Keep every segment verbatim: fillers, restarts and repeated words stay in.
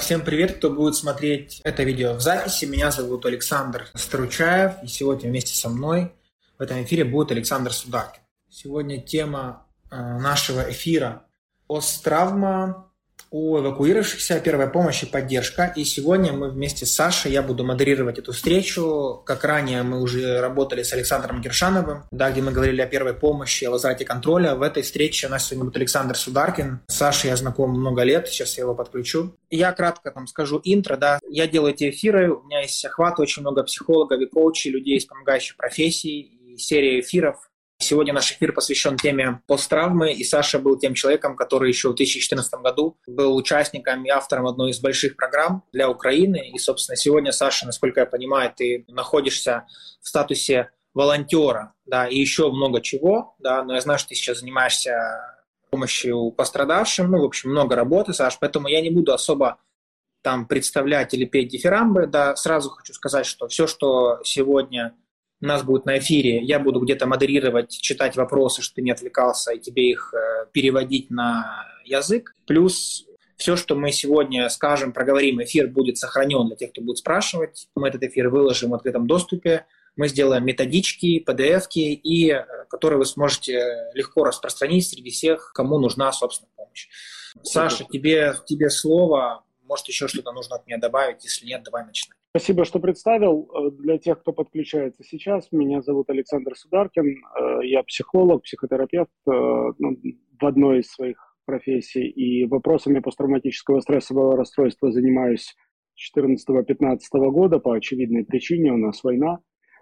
Всем привет, кто будет смотреть это видео в записи. Меня зовут Александр Старучаев, и сегодня вместе со мной в этом эфире будет Александр Сударкин. Сегодня тема э, нашего эфира – посттравма у эвакуировавшихся, первая помощь и поддержка. И сегодня мы вместе с Сашей, я буду модерировать эту встречу. Как ранее мы уже работали с Александром Гершановым, да, где мы говорили о первой помощи, о возврате контроля. В этой встрече у нас сегодня будет Александр Сударкин. С Сашей я знаком много лет, сейчас я его подключу. Я кратко там скажу интро, да. Я делаю эти эфиры, у меня есть охват, очень много психологов и коучей, людей из помогающих профессий, и серия эфиров. Сегодня наш эфир посвящен теме посттравмы, и Саша был тем человеком, который еще в две тысячи четырнадцатом году был участником и автором одной из больших программ для Украины. И, собственно, сегодня, Саша, насколько я понимаю, ты находишься в статусе волонтера, да, и еще много чего, да, но я знаю, что ты сейчас занимаешься помощью пострадавшим, ну, в общем, много работы, Саш, поэтому я не буду особо там представлять или петь дифирамбы, да, сразу хочу сказать, что все, что сегодня у нас будет на эфире, я буду где-то модерировать, читать вопросы, чтобы ты не отвлекался, и тебе их э, переводить на язык. Плюс все, что мы сегодня скажем, проговорим, эфир будет сохранен для тех, кто будет спрашивать. Мы этот эфир выложим в открытом доступе. Мы сделаем методички, пи ди эф-ки, и, э, которые вы сможете легко распространить среди всех, кому нужна, собственно, помощь. Саша, тебе, тебе слово. Может, еще что-то нужно от меня добавить? Если нет, давай начинать. Спасибо, что представил. Для тех, кто подключается сейчас, меня зовут Александр Сударкин. Я психолог, психотерапевт в одной из своих профессий. И вопросами посттравматического стрессового расстройства занимаюсь с две тысячи четырнадцатого-пятнадцатого года по очевидной причине. У нас война.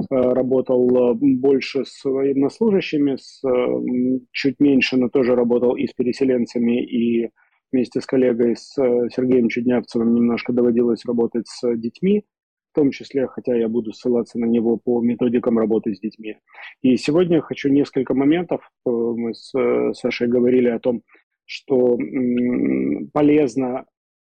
Работал больше с военнослужащими, с, чуть меньше, но тоже работал и с переселенцами, и вместе с коллегой, с Сергеем Чуднявцевым, немножко доводилось работать с детьми, в том числе, хотя я буду ссылаться на него по методикам работы с детьми. И сегодня я хочу несколько моментов. Мы с Сашей говорили о том, что полезно,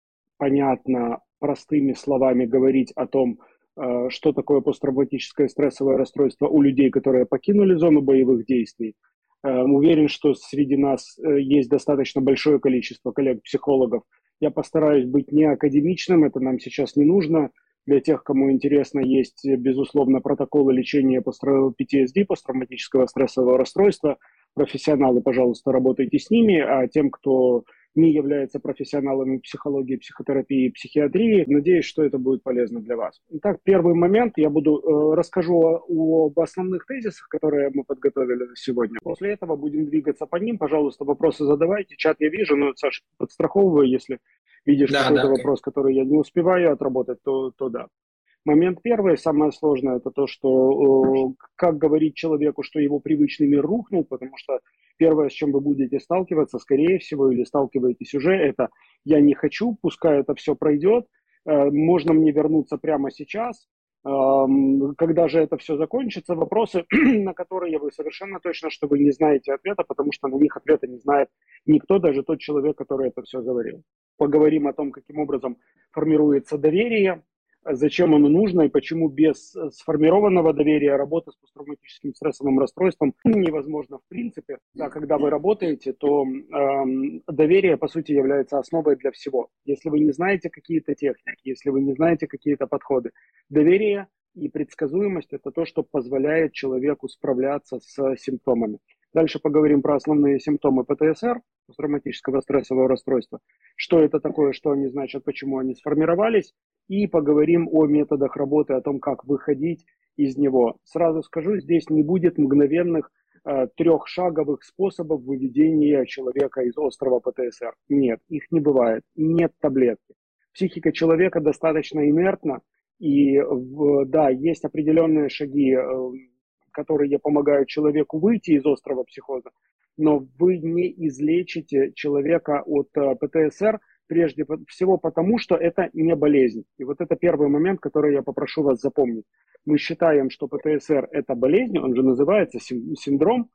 понятно, простыми словами говорить о том, что такое посттравматическое стрессовое расстройство у людей, которые покинули зону боевых действий. Уверен, что среди нас есть достаточно большое количество коллег-психологов. Я постараюсь быть не академичным, это нам сейчас не нужно. Для тех, кому интересно, есть, безусловно, протоколы лечения пи ти эс ди, посттравматического стрессового расстройства. Профессионалы, пожалуйста, работайте с ними, а тем, кто не является профессионалами психологии, психотерапии и психиатрии, надеюсь, что это будет полезно для вас. Итак, первый момент. Я буду э, расскажу о, об основных тезисах, которые мы подготовили на сегодня. После этого будем двигаться по ним. Пожалуйста, вопросы задавайте. Чат я вижу, но, Саша, подстраховываю, если видишь да, какой-то да, вопрос, который я не успеваю отработать, то, то да. Момент первый, самое сложное, это то, что э, как говорить человеку, что его привычный мир рухнул, потому что первое, с чем вы будете сталкиваться, скорее всего, или сталкиваетесь уже, это «я не хочу, пускай это все пройдет, э, можно мне вернуться прямо сейчас». Э, когда же это все закончится, вопросы, на которые вы совершенно точно, что вы не знаете ответа, потому что на них ответа не знает никто, даже тот человек, который это все говорил. Поговорим о том, каким образом формируется доверие, зачем оно нужно и почему без сформированного доверия работа с посттравматическим стрессовым расстройством невозможно в принципе. Да, когда вы работаете, то э, доверие, по сути, является основой для всего. Если вы не знаете какие-то техники, если вы не знаете какие-то подходы, доверие и предсказуемость – это то, что позволяет человеку справляться с симптомами. Дальше поговорим про основные симптомы пэ тэ эс эр, посттравматического стрессового расстройства, что это такое, что они значат, почему они сформировались, и поговорим о методах работы, о том, как выходить из него. Сразу скажу, здесь не будет мгновенных э, трехшаговых способов выведения человека из острова пэ тэ эс эр. Нет, их не бывает, нет таблетки. Психика человека достаточно инертна, и в, да, есть определенные шаги, э, которые помогают человеку выйти из острова психоза, но вы не излечите человека от э, пэ тэ эс эр, прежде всего потому, что это не болезнь. И вот это первый момент, который я попрошу вас запомнить. Мы считаем, что пэ тэ эс эр – это болезнь, он же называется синдром,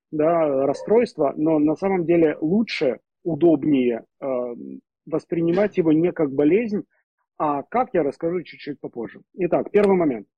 да, расстройство, но на самом деле лучше, удобнее э, воспринимать его не как болезнь, а как, я расскажу чуть-чуть попозже. Итак, первый момент.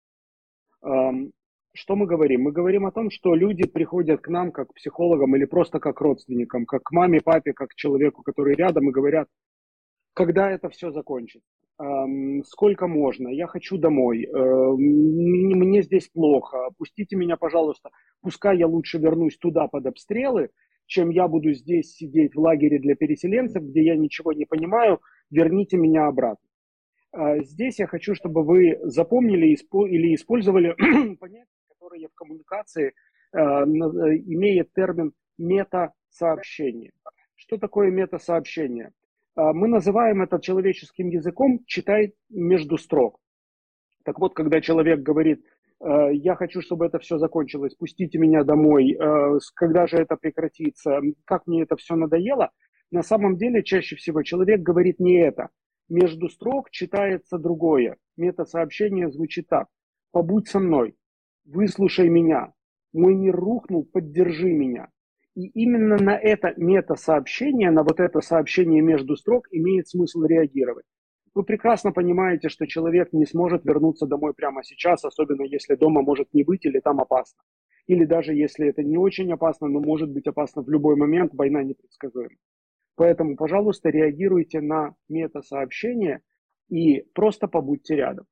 Эм, Что мы говорим? Мы говорим о том, что люди приходят к нам как к психологам или просто как к родственникам, как к маме, папе, как к человеку, который рядом, и говорят: когда это все закончится? Эм, сколько можно? Я хочу домой. Эм, мне здесь плохо. Пустите меня, пожалуйста. Пускай я лучше вернусь туда под обстрелы, чем я буду здесь сидеть в лагере для переселенцев, где я ничего не понимаю. Верните меня обратно. Э, Здесь я хочу, чтобы вы запомнили испо- или использовали понятие, которое в коммуникации э, на- имеет термин мета-сообщение. Что такое мета-сообщение? Э, Мы называем это человеческим языком «читай между строк». Так вот, когда человек говорит, э, я хочу, чтобы это все закончилось, пустите меня домой, э, когда же это прекратится, как мне это все надоело, на самом деле чаще всего человек говорит не это. Между строк читается другое. Метасообщение звучит так. Побудь со мной, выслушай меня, мой мир рухнул, поддержи меня. И именно на это метасообщение, на вот это сообщение между строк имеет смысл реагировать. Вы прекрасно понимаете, что человек не сможет вернуться домой прямо сейчас, особенно если дома может не быть или там опасно. Или даже если это не очень опасно, но может быть опасно в любой момент, война непредсказуема. Поэтому, пожалуйста, реагируйте на мета-сообщение и просто побудьте рядом.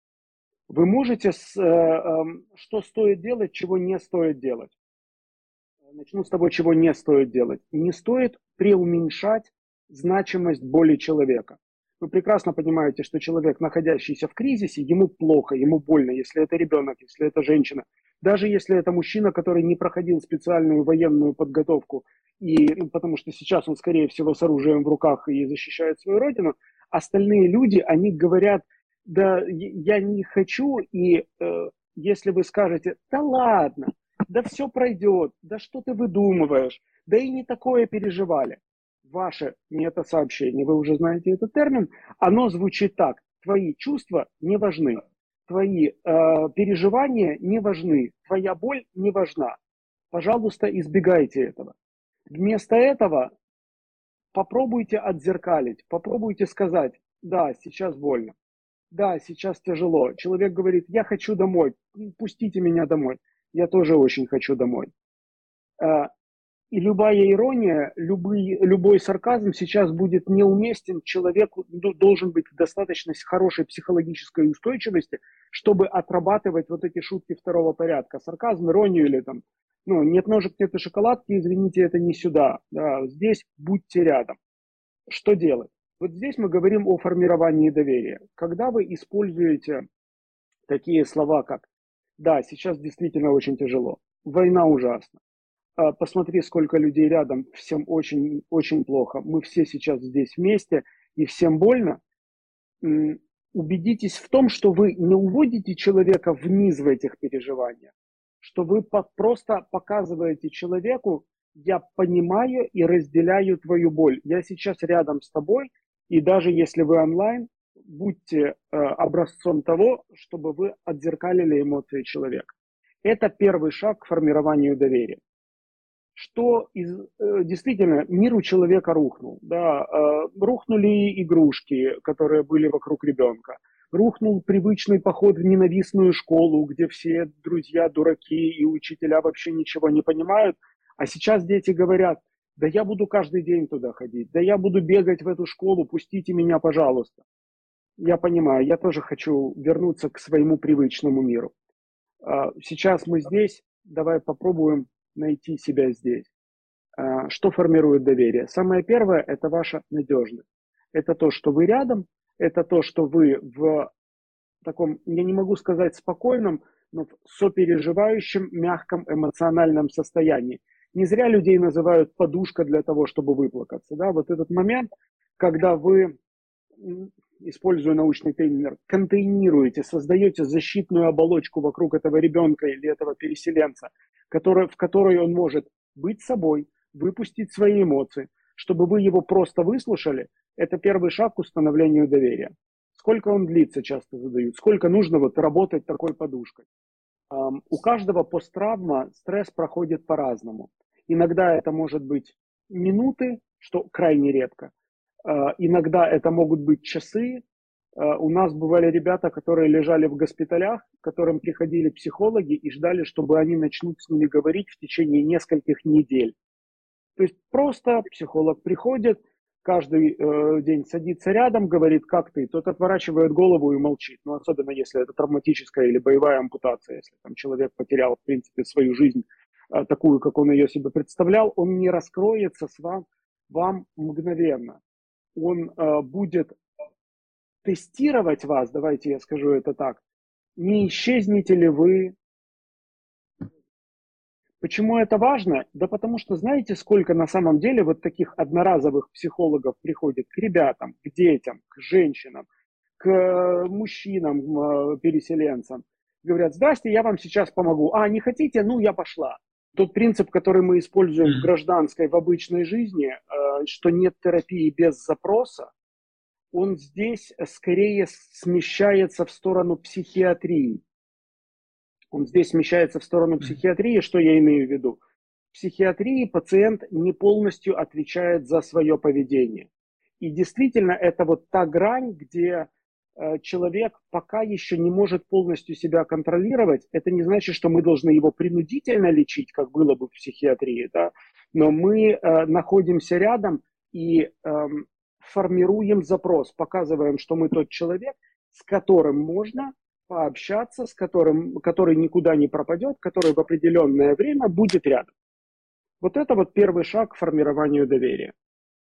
Вы можете, с, э, э, что стоит делать, чего не стоит делать. Начну с того, чего не стоит делать. Не стоит преуменьшать значимость боли человека. Вы прекрасно понимаете, что человек, находящийся в кризисе, ему плохо, ему больно, если это ребенок, если это женщина. Даже если это мужчина, который не проходил специальную военную подготовку, и, ну, потому что сейчас он, скорее всего, с оружием в руках и защищает свою родину, остальные люди, они говорят, да, я не хочу, и э, если вы скажете, да ладно, да все пройдет, да что ты выдумываешь, да и не такое переживали. Ваше мета-сообщение, вы уже знаете этот термин, оно звучит так. Твои чувства не важны, твои э, переживания не важны, твоя боль не важна. Пожалуйста, избегайте этого. Вместо этого попробуйте отзеркалить, попробуйте сказать, да, сейчас больно, да, сейчас тяжело. Человек говорит, я хочу домой, пустите меня домой. Я тоже очень хочу домой. И любая ирония, любый, любой сарказм сейчас будет неуместен. Человек должен быть в достаточно хорошей психологической устойчивости, чтобы отрабатывать вот эти шутки второго порядка. Сарказм, иронию или там, ну, нет ножек, нет и шоколадки, извините, это не сюда. Да, здесь будьте рядом. Что делать? Вот здесь мы говорим о формировании доверия. Когда вы используете такие слова, как «да, сейчас действительно очень тяжело», «война ужасна», посмотри, сколько людей рядом, всем очень, очень плохо, мы все сейчас здесь вместе, и всем больно, убедитесь в том, что вы не уводите человека вниз в этих переживаниях, что вы просто показываете человеку, я понимаю и разделяю твою боль, я сейчас рядом с тобой, и даже если вы онлайн, будьте э, образцом того, чтобы вы отзеркалили эмоции человека. Это первый шаг к формированию доверия. Что из, э, действительно мир у человека рухнул. Да, э, рухнули игрушки, которые были вокруг ребенка. Рухнул привычный поход в ненавистную школу, где все друзья дураки и учителя вообще ничего не понимают. А сейчас дети говорят, да я буду каждый день туда ходить, да я буду бегать в эту школу, пустите меня, пожалуйста. Я понимаю, я тоже хочу вернуться к своему привычному миру. Сейчас мы здесь, давай попробуем найти себя здесь. Что формирует доверие? Самое первое – это ваша надежность. Это то, что вы рядом, это то, что вы в таком, я не могу сказать спокойном, но в сопереживающем, мягком, эмоциональном состоянии. Не зря людей называют подушка для того, чтобы выплакаться. Да? Вот этот момент, когда вы, используя научный термин, контейнируете, создаете защитную оболочку вокруг этого ребенка или этого переселенца, который, в которой он может быть собой, выпустить свои эмоции, чтобы вы его просто выслушали, это первый шаг к установлению доверия. Сколько он длится, часто задают, сколько нужно вот работать такой подушкой. Um, у каждого посттравма стресс проходит по-разному. Иногда это может быть минуты, что крайне редко. Uh, иногда это могут быть часы. Uh, у нас бывали ребята, которые лежали в госпиталях, к которым приходили психологи и ждали, чтобы они начнут с ними говорить в течение нескольких недель. То есть просто психолог приходит, каждый э, день садится рядом, говорит, как ты, тот отворачивает голову и молчит. Ну, особенно если это травматическая или боевая ампутация, если там человек потерял, в принципе, свою жизнь э, такую, как он ее себе представлял, он не раскроется с вам, вам мгновенно. Он э, будет тестировать вас, давайте я скажу это так, не исчезнете ли вы. Почему это важно? Да потому что знаете, сколько на самом деле вот таких одноразовых психологов приходит к ребятам, к детям, к женщинам, к мужчинам, э, переселенцам. Говорят, здрасте, я вам сейчас помогу. А, не хотите? Ну, я пошла. Тот принцип, который мы используем в гражданской, в обычной жизни, э, что нет терапии без запроса, он здесь скорее смещается в сторону психиатрии. Он здесь смещается в сторону психиатрии. Что я имею в виду? В психиатрии пациент не полностью отвечает за свое поведение. И действительно, это вот та грань, где э, человек пока еще не может полностью себя контролировать. Это не значит, что мы должны его принудительно лечить, как было бы в психиатрии, да? Но мы э, находимся рядом и э, формируем запрос, показываем, что мы тот человек, с которым можно пообщаться, с которым, который никуда не пропадет, который в определенное время будет рядом. Вот это вот первый шаг к формированию доверия.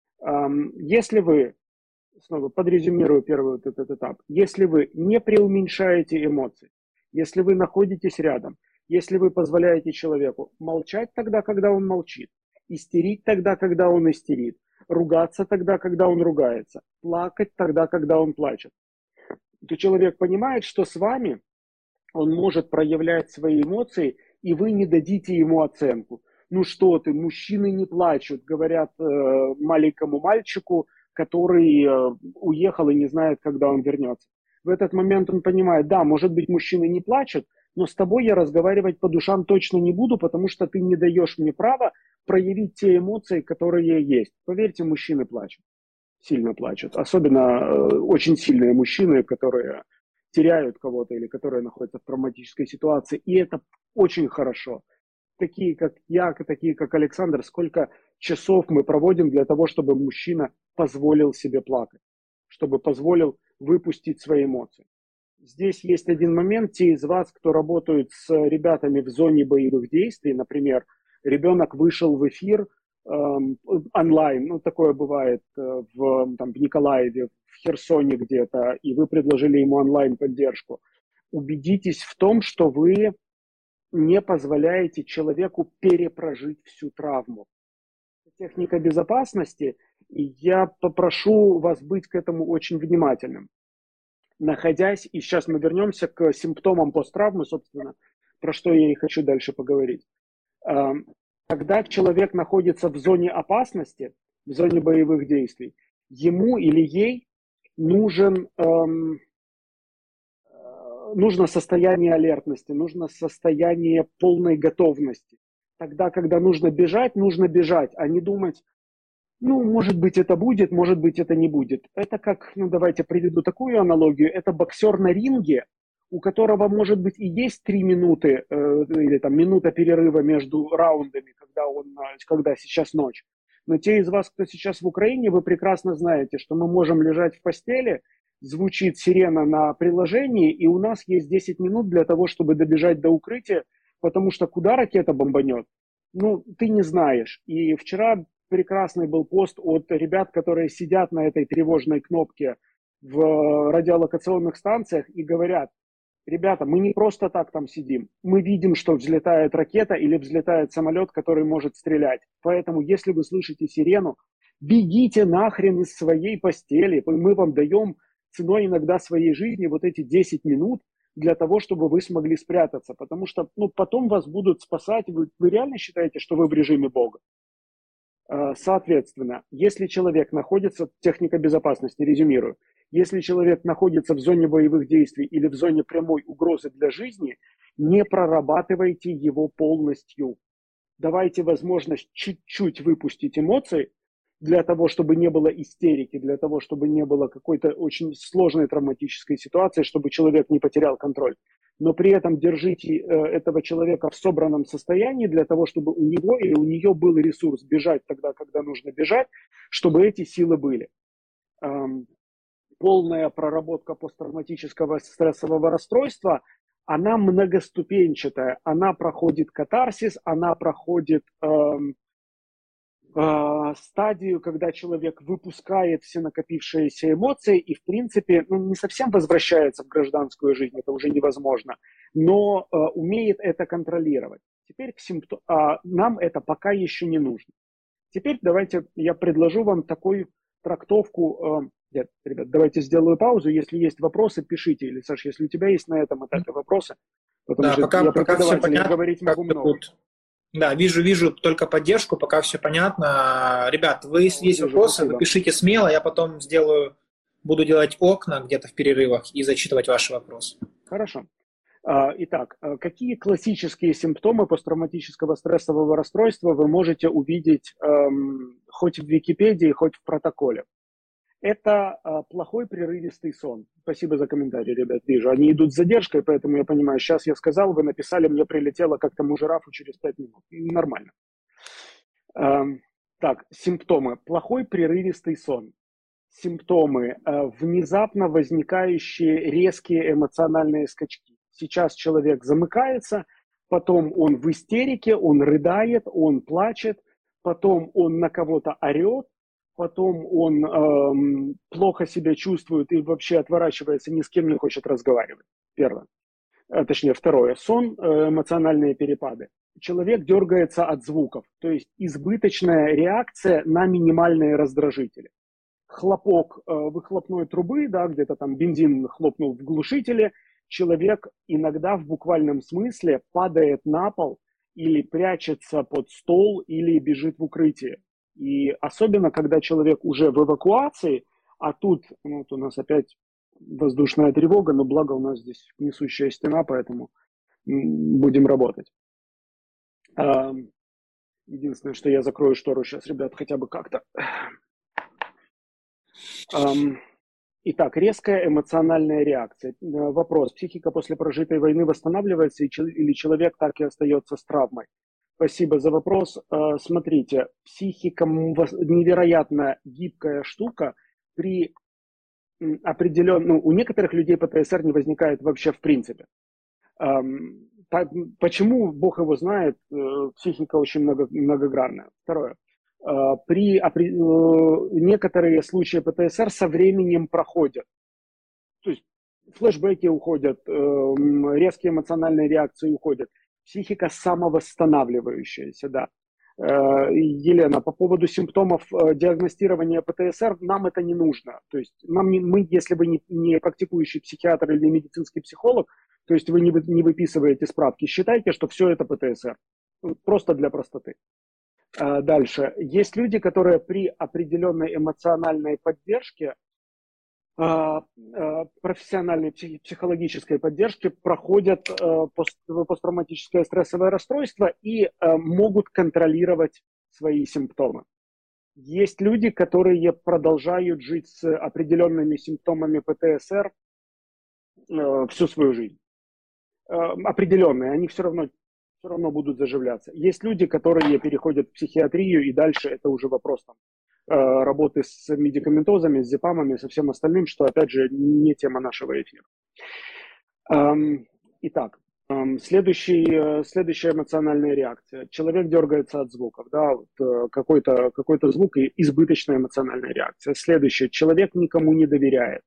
Если вы, снова подрезюмирую первый вот этот этап, если вы не преуменьшаете эмоции, если вы находитесь рядом, если вы позволяете человеку молчать тогда, когда он молчит, истерить тогда, когда он истерит, ругаться тогда, когда он ругается, плакать тогда, когда он плачет, то человек понимает, что с вами он может проявлять свои эмоции, и вы не дадите ему оценку. Ну что ты, мужчины не плачут, говорят э, маленькому мальчику, который э, уехал и не знает, когда он вернется. В этот момент он понимает, да, может быть, мужчины не плачут, но с тобой я разговаривать по душам точно не буду, потому что ты не даешь мне права проявить те эмоции, которые есть. Поверьте, мужчины плачут. Сильно плачут. Особенно э, очень сильные мужчины, которые теряют кого-то или которые находятся в травматической ситуации. И это очень хорошо. Такие, как я, такие, как Александр, сколько часов мы проводим для того, чтобы мужчина позволил себе плакать, чтобы позволил выпустить свои эмоции. Здесь есть один момент. Те из вас, кто работают с ребятами в зоне боевых действий, например, ребенок вышел в эфир, онлайн, ну такое бывает в, там, в Николаеве, в Херсоне где-то, и вы предложили ему онлайн поддержку. Убедитесь в том, что вы не позволяете человеку перепрожить всю травму. Техника безопасности, и я попрошу вас быть к этому очень внимательным. Находясь, и сейчас мы вернемся к симптомам посттравмы, собственно, про что я и хочу дальше поговорить. Когда человек находится в зоне опасности, в зоне боевых действий, ему или ей нужен, эм, нужно состояние алертности, нужно состояние полной готовности. Тогда, когда нужно бежать, нужно бежать, а не думать, ну, может быть, это будет, может быть, это не будет. Это как, ну, давайте приведу такую аналогию, это боксер на ринге, у которого, может быть, и есть три минуты э, или там минута перерыва между раундами, когда, он, когда сейчас ночь. Но те из вас, кто сейчас в Украине, вы прекрасно знаете, что мы можем лежать в постели, звучит сирена на приложении, и у нас есть десять минут для того, чтобы добежать до укрытия, потому что куда ракета бомбанет, ну, ты не знаешь. И вчера прекрасный был пост от ребят, которые сидят на этой тревожной кнопке в радиолокационных станциях и говорят, ребята, мы не просто так там сидим. Мы видим, что взлетает ракета или взлетает самолет, который может стрелять. Поэтому, если вы слышите сирену, бегите нахрен из своей постели. Мы вам даем ценой иногда своей жизни вот эти десять минут для того, чтобы вы смогли спрятаться. Потому что ну, потом вас будут спасать. Вы, вы реально считаете, что вы в режиме Бога? Соответственно, если человек находится, техника безопасности, резюмирую, если человек находится в зоне боевых действий или в зоне прямой угрозы для жизни, не прорабатывайте его полностью. Давайте возможность чуть-чуть выпустить эмоции, для того, чтобы не было истерики, для того, чтобы не было какой-то очень сложной травматической ситуации, чтобы человек не потерял контроль. Но при этом держите этого человека в собранном состоянии для того, чтобы у него или у нее был ресурс бежать тогда, когда нужно бежать, чтобы эти силы были. Полная проработка посттравматического стрессового расстройства, она многоступенчатая, она проходит катарсис, она проходит эм, э, стадию, когда человек выпускает все накопившиеся эмоции и, в принципе, ну, не совсем возвращается в гражданскую жизнь, это уже невозможно, но э, умеет это контролировать. Теперь к симптом... а, нам это пока еще не нужно. Теперь давайте я предложу вам такую трактовку. Э, нет, ребят, давайте сделаю паузу. Если есть вопросы, пишите. Или, Саш, если у тебя есть на этом этапе вопросы, потому Да, что пока, я пока все преподаватель, я понятно. говорить могу много. Тут. Да, вижу, вижу только поддержку, пока все понятно. Ребят, вы, если Вот есть вижу, вопросы, спасибо. вы пишите смело, я потом сделаю, буду делать окна где-то в перерывах и зачитывать ваши вопросы. Хорошо. Итак, какие классические симптомы посттравматического стрессового расстройства вы можете увидеть эм, хоть в Википедии, хоть в протоколе? Это э, плохой прерывистый сон. Спасибо за комментарий, ребят, вижу. Они идут с задержкой, поэтому я понимаю, сейчас я сказал, вы написали, мне прилетело как тому жирафу через пять минут. Нормально. Эм, так, симптомы. Плохой прерывистый сон. Симптомы. Э, внезапно возникающие резкие эмоциональные скачки. Сейчас человек замыкается, потом он в истерике, он рыдает, он плачет, потом он на кого-то орет, потом он эм, плохо себя чувствует и вообще отворачивается, ни с кем не хочет разговаривать. Первое. Э, точнее, второе. Сон, э, эмоциональные перепады. Человек дергается от звуков, то есть избыточная реакция на минимальные раздражители. Хлопок э, выхлопной трубы, да, где-то там бензин хлопнул в глушителе, человек иногда в буквальном смысле падает на пол или прячется под стол или бежит в укрытие. И особенно, когда человек уже в эвакуации, а тут ну, вот у нас опять воздушная тревога, но благо у нас здесь несущая стена, поэтому будем работать. Единственное, что я закрою штору сейчас, ребят, хотя бы как-то. Итак, резкая эмоциональная реакция. Вопрос. Психика после прожитой войны восстанавливается или человек так и остается с травмой? Спасибо за вопрос. Смотрите, психика невероятно гибкая штука. При определенном... Ну, у некоторых людей ПТСР не возникает вообще в принципе. Почему, Бог его знает, психика очень много, многогранная. Второе. При, при некоторые случаи ПТСР со временем проходят. То есть флешбеки уходят, резкие эмоциональные реакции уходят. Психика самовосстанавливающаяся, да. Елена, по поводу симптомов диагностирования ПТСР, нам это не нужно. То есть нам не, мы, если вы не, не практикующий психиатр или медицинский психолог, то есть вы не, вы, не выписываете справки, считайте, что все это ПТСР. Просто для простоты. Дальше. Есть люди, которые при определенной эмоциональной поддержке, профессиональной психологической поддержке проходят посттравматическое стрессовое расстройство и могут контролировать свои симптомы. Есть люди, которые продолжают жить с определенными симптомами ПТСР всю свою жизнь. Определенные, они все равно все равно будут заживляться. Есть люди, которые переходят в психиатрию, и дальше это уже вопрос там, работы с медикаментозами, с зепамами, со всем остальным, что, опять же, не тема нашего эфира. Итак, следующий, следующая эмоциональная реакция. Человек дергается от звуков, да, вот какой-то, какой-то звук и избыточная эмоциональная реакция. Следующее. Человек никому не доверяет.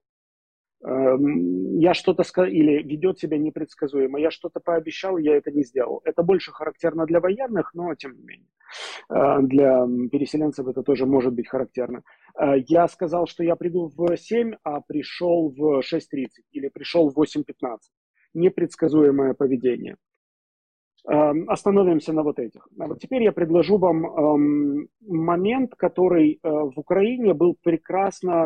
Я что-то сказал, или ведет себя непредсказуемо, я что-то пообещал, я это не сделал. Это больше характерно для военных, но тем не менее. Для переселенцев это тоже может быть характерно. Я сказал, что я приду в семь, а пришел в шесть тридцать или пришел в восемь пятнадцать. Непредсказуемое поведение. Остановимся на вот этих. А вот теперь я предложу вам момент, который в Украине был прекрасно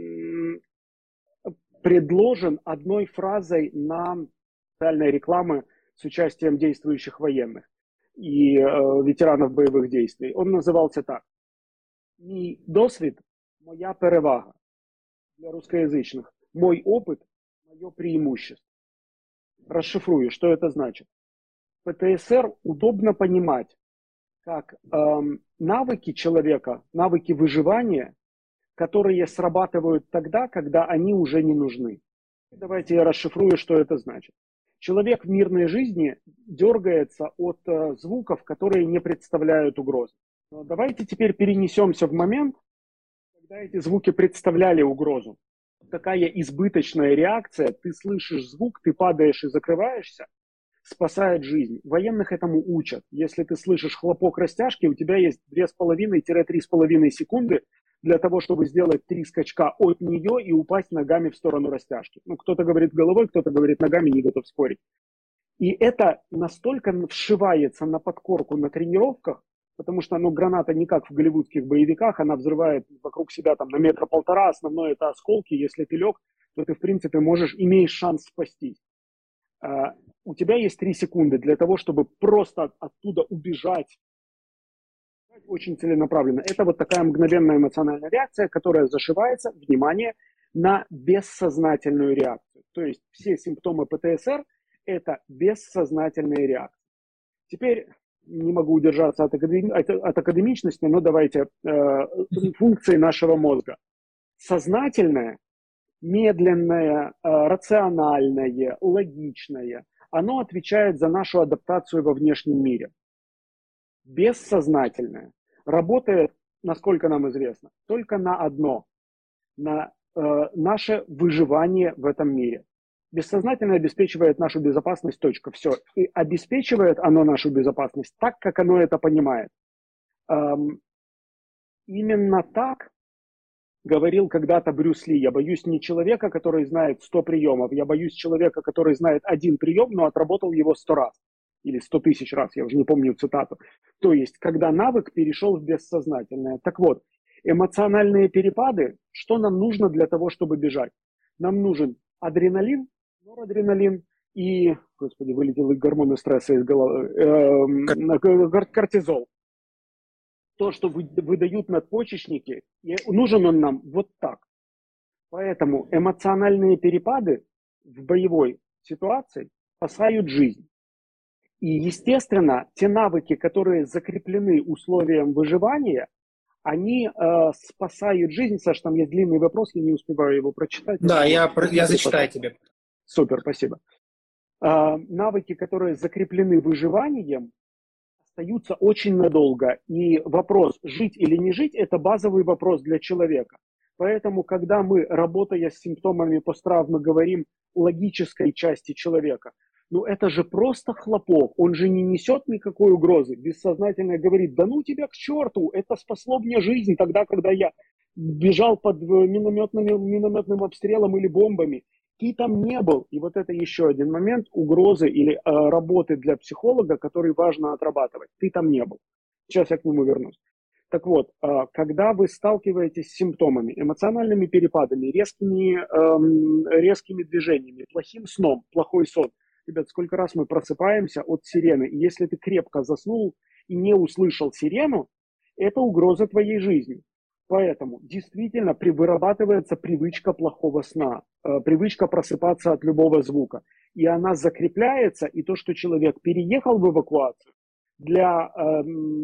предложен одной фразой на социальной рекламы с участием действующих военных и э, ветеранов боевых действий. Он назывался так. Мій досвід – моя перевага для русскоязычных. Мой опыт – мое преимущество. Расшифрую, что это значит. Пэ тэ эс эр удобно понимать как эм, навыки человека, навыки выживания, которые срабатывают тогда, когда они уже не нужны. Давайте я расшифрую, что это значит. Человек в мирной жизни дергается от э, звуков, которые не представляют угрозы. Но давайте теперь перенесемся в момент, когда эти звуки представляли угрозу. Такая избыточная реакция, ты слышишь звук, ты падаешь и закрываешься, спасает жизнь. Военных этому учат. Если ты слышишь хлопок растяжки, у тебя есть две с половиной - три с половиной секунды для того, чтобы сделать три скачка от нее и упасть ногами в сторону растяжки. Ну, кто-то говорит головой, кто-то говорит ногами, не готов спорить. И это настолько вшивается на подкорку на тренировках, потому что ну, граната не как в голливудских боевиках, она взрывает вокруг себя там, на метра-полтора, основное это осколки. Если ты лег, то ты в принципе можешь, имеешь шанс спастись. Uh, у тебя есть три секунды для того, чтобы просто оттуда убежать. Очень целенаправленно. Это вот такая мгновенная эмоциональная реакция, которая зашивается, внимание, на бессознательную реакцию. То есть все симптомы пэ тэ эс эр – это бессознательные реакции. Теперь не могу удержаться от, академи... от академичности, но давайте э, функции нашего мозга. Сознательное, медленное, рациональное, логичное, оно отвечает за нашу адаптацию во внешнем мире. Бессознательное работает, насколько нам известно, только на одно, на э, наше выживание в этом мире. Бессознательное обеспечивает нашу безопасность, точка, все. И обеспечивает оно нашу безопасность так, как оно это понимает. Эм, именно так говорил когда-то Брюс Ли: я боюсь не человека, который знает сто приемов, я боюсь человека, который знает один прием, но отработал его сто раз. Или сто тысяч раз, я уже не помню цитату. То есть, когда навык перешел в бессознательное. Так вот, эмоциональные перепады, что нам нужно для того, чтобы бежать? Нам нужен адреналин, норадреналин и, господи, вылетел гормоны стресса из головы, э, кортизол. То, что выдают надпочечники, нужен он нам вот так. Поэтому эмоциональные перепады в боевой ситуации спасают жизнь. И, естественно, те навыки, которые закреплены условиям выживания, они э, спасают жизнь. Саш, там есть длинный вопрос, я не успеваю его прочитать. Да, я, я зачитаю тебе. Супер, спасибо. Э, навыки, которые закреплены выживанием, остаются очень надолго. И вопрос, жить или не жить, это базовый вопрос для человека. Поэтому, когда мы, работая с симптомами посттравмы, говорим о логической части человека, ну это же просто хлопок, он же не несет никакой угрозы. Бессознательно говорит: да ну тебя к черту, это спасло мне жизнь тогда, когда я бежал под минометным, минометным обстрелом или бомбами. Ты там не был. И вот это еще один момент угрозы или э, работы для психолога, который важно отрабатывать. Ты там не был. Сейчас я к нему вернусь. Так вот, э, когда вы сталкиваетесь с симптомами, эмоциональными перепадами, резкими, э, резкими движениями, плохим сном, плохой сон. Ребят, сколько раз мы просыпаемся от сирены, и если ты крепко заснул и не услышал сирену, это угроза твоей жизни. Поэтому действительно вырабатывается привычка плохого сна, э, привычка просыпаться от любого звука. И она закрепляется, и то, что человек переехал в эвакуацию, для э,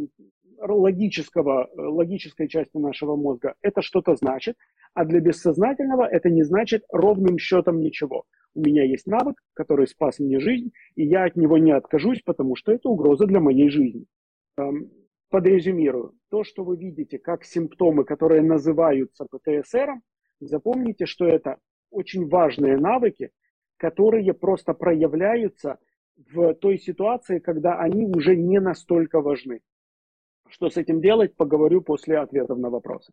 логического, логической части нашего мозга это что-то значит, а для бессознательного это не значит ровным счетом ничего. У меня есть навык, который спас мне жизнь, и я от него не откажусь, потому что это угроза для моей жизни. Подрезюмирую. То, что вы видите как симптомы, которые называются пэ тэ эс эр, запомните, что это очень важные навыки, которые просто проявляются в той ситуации, когда они уже не настолько важны. Что с этим делать, поговорю после ответов на вопросы.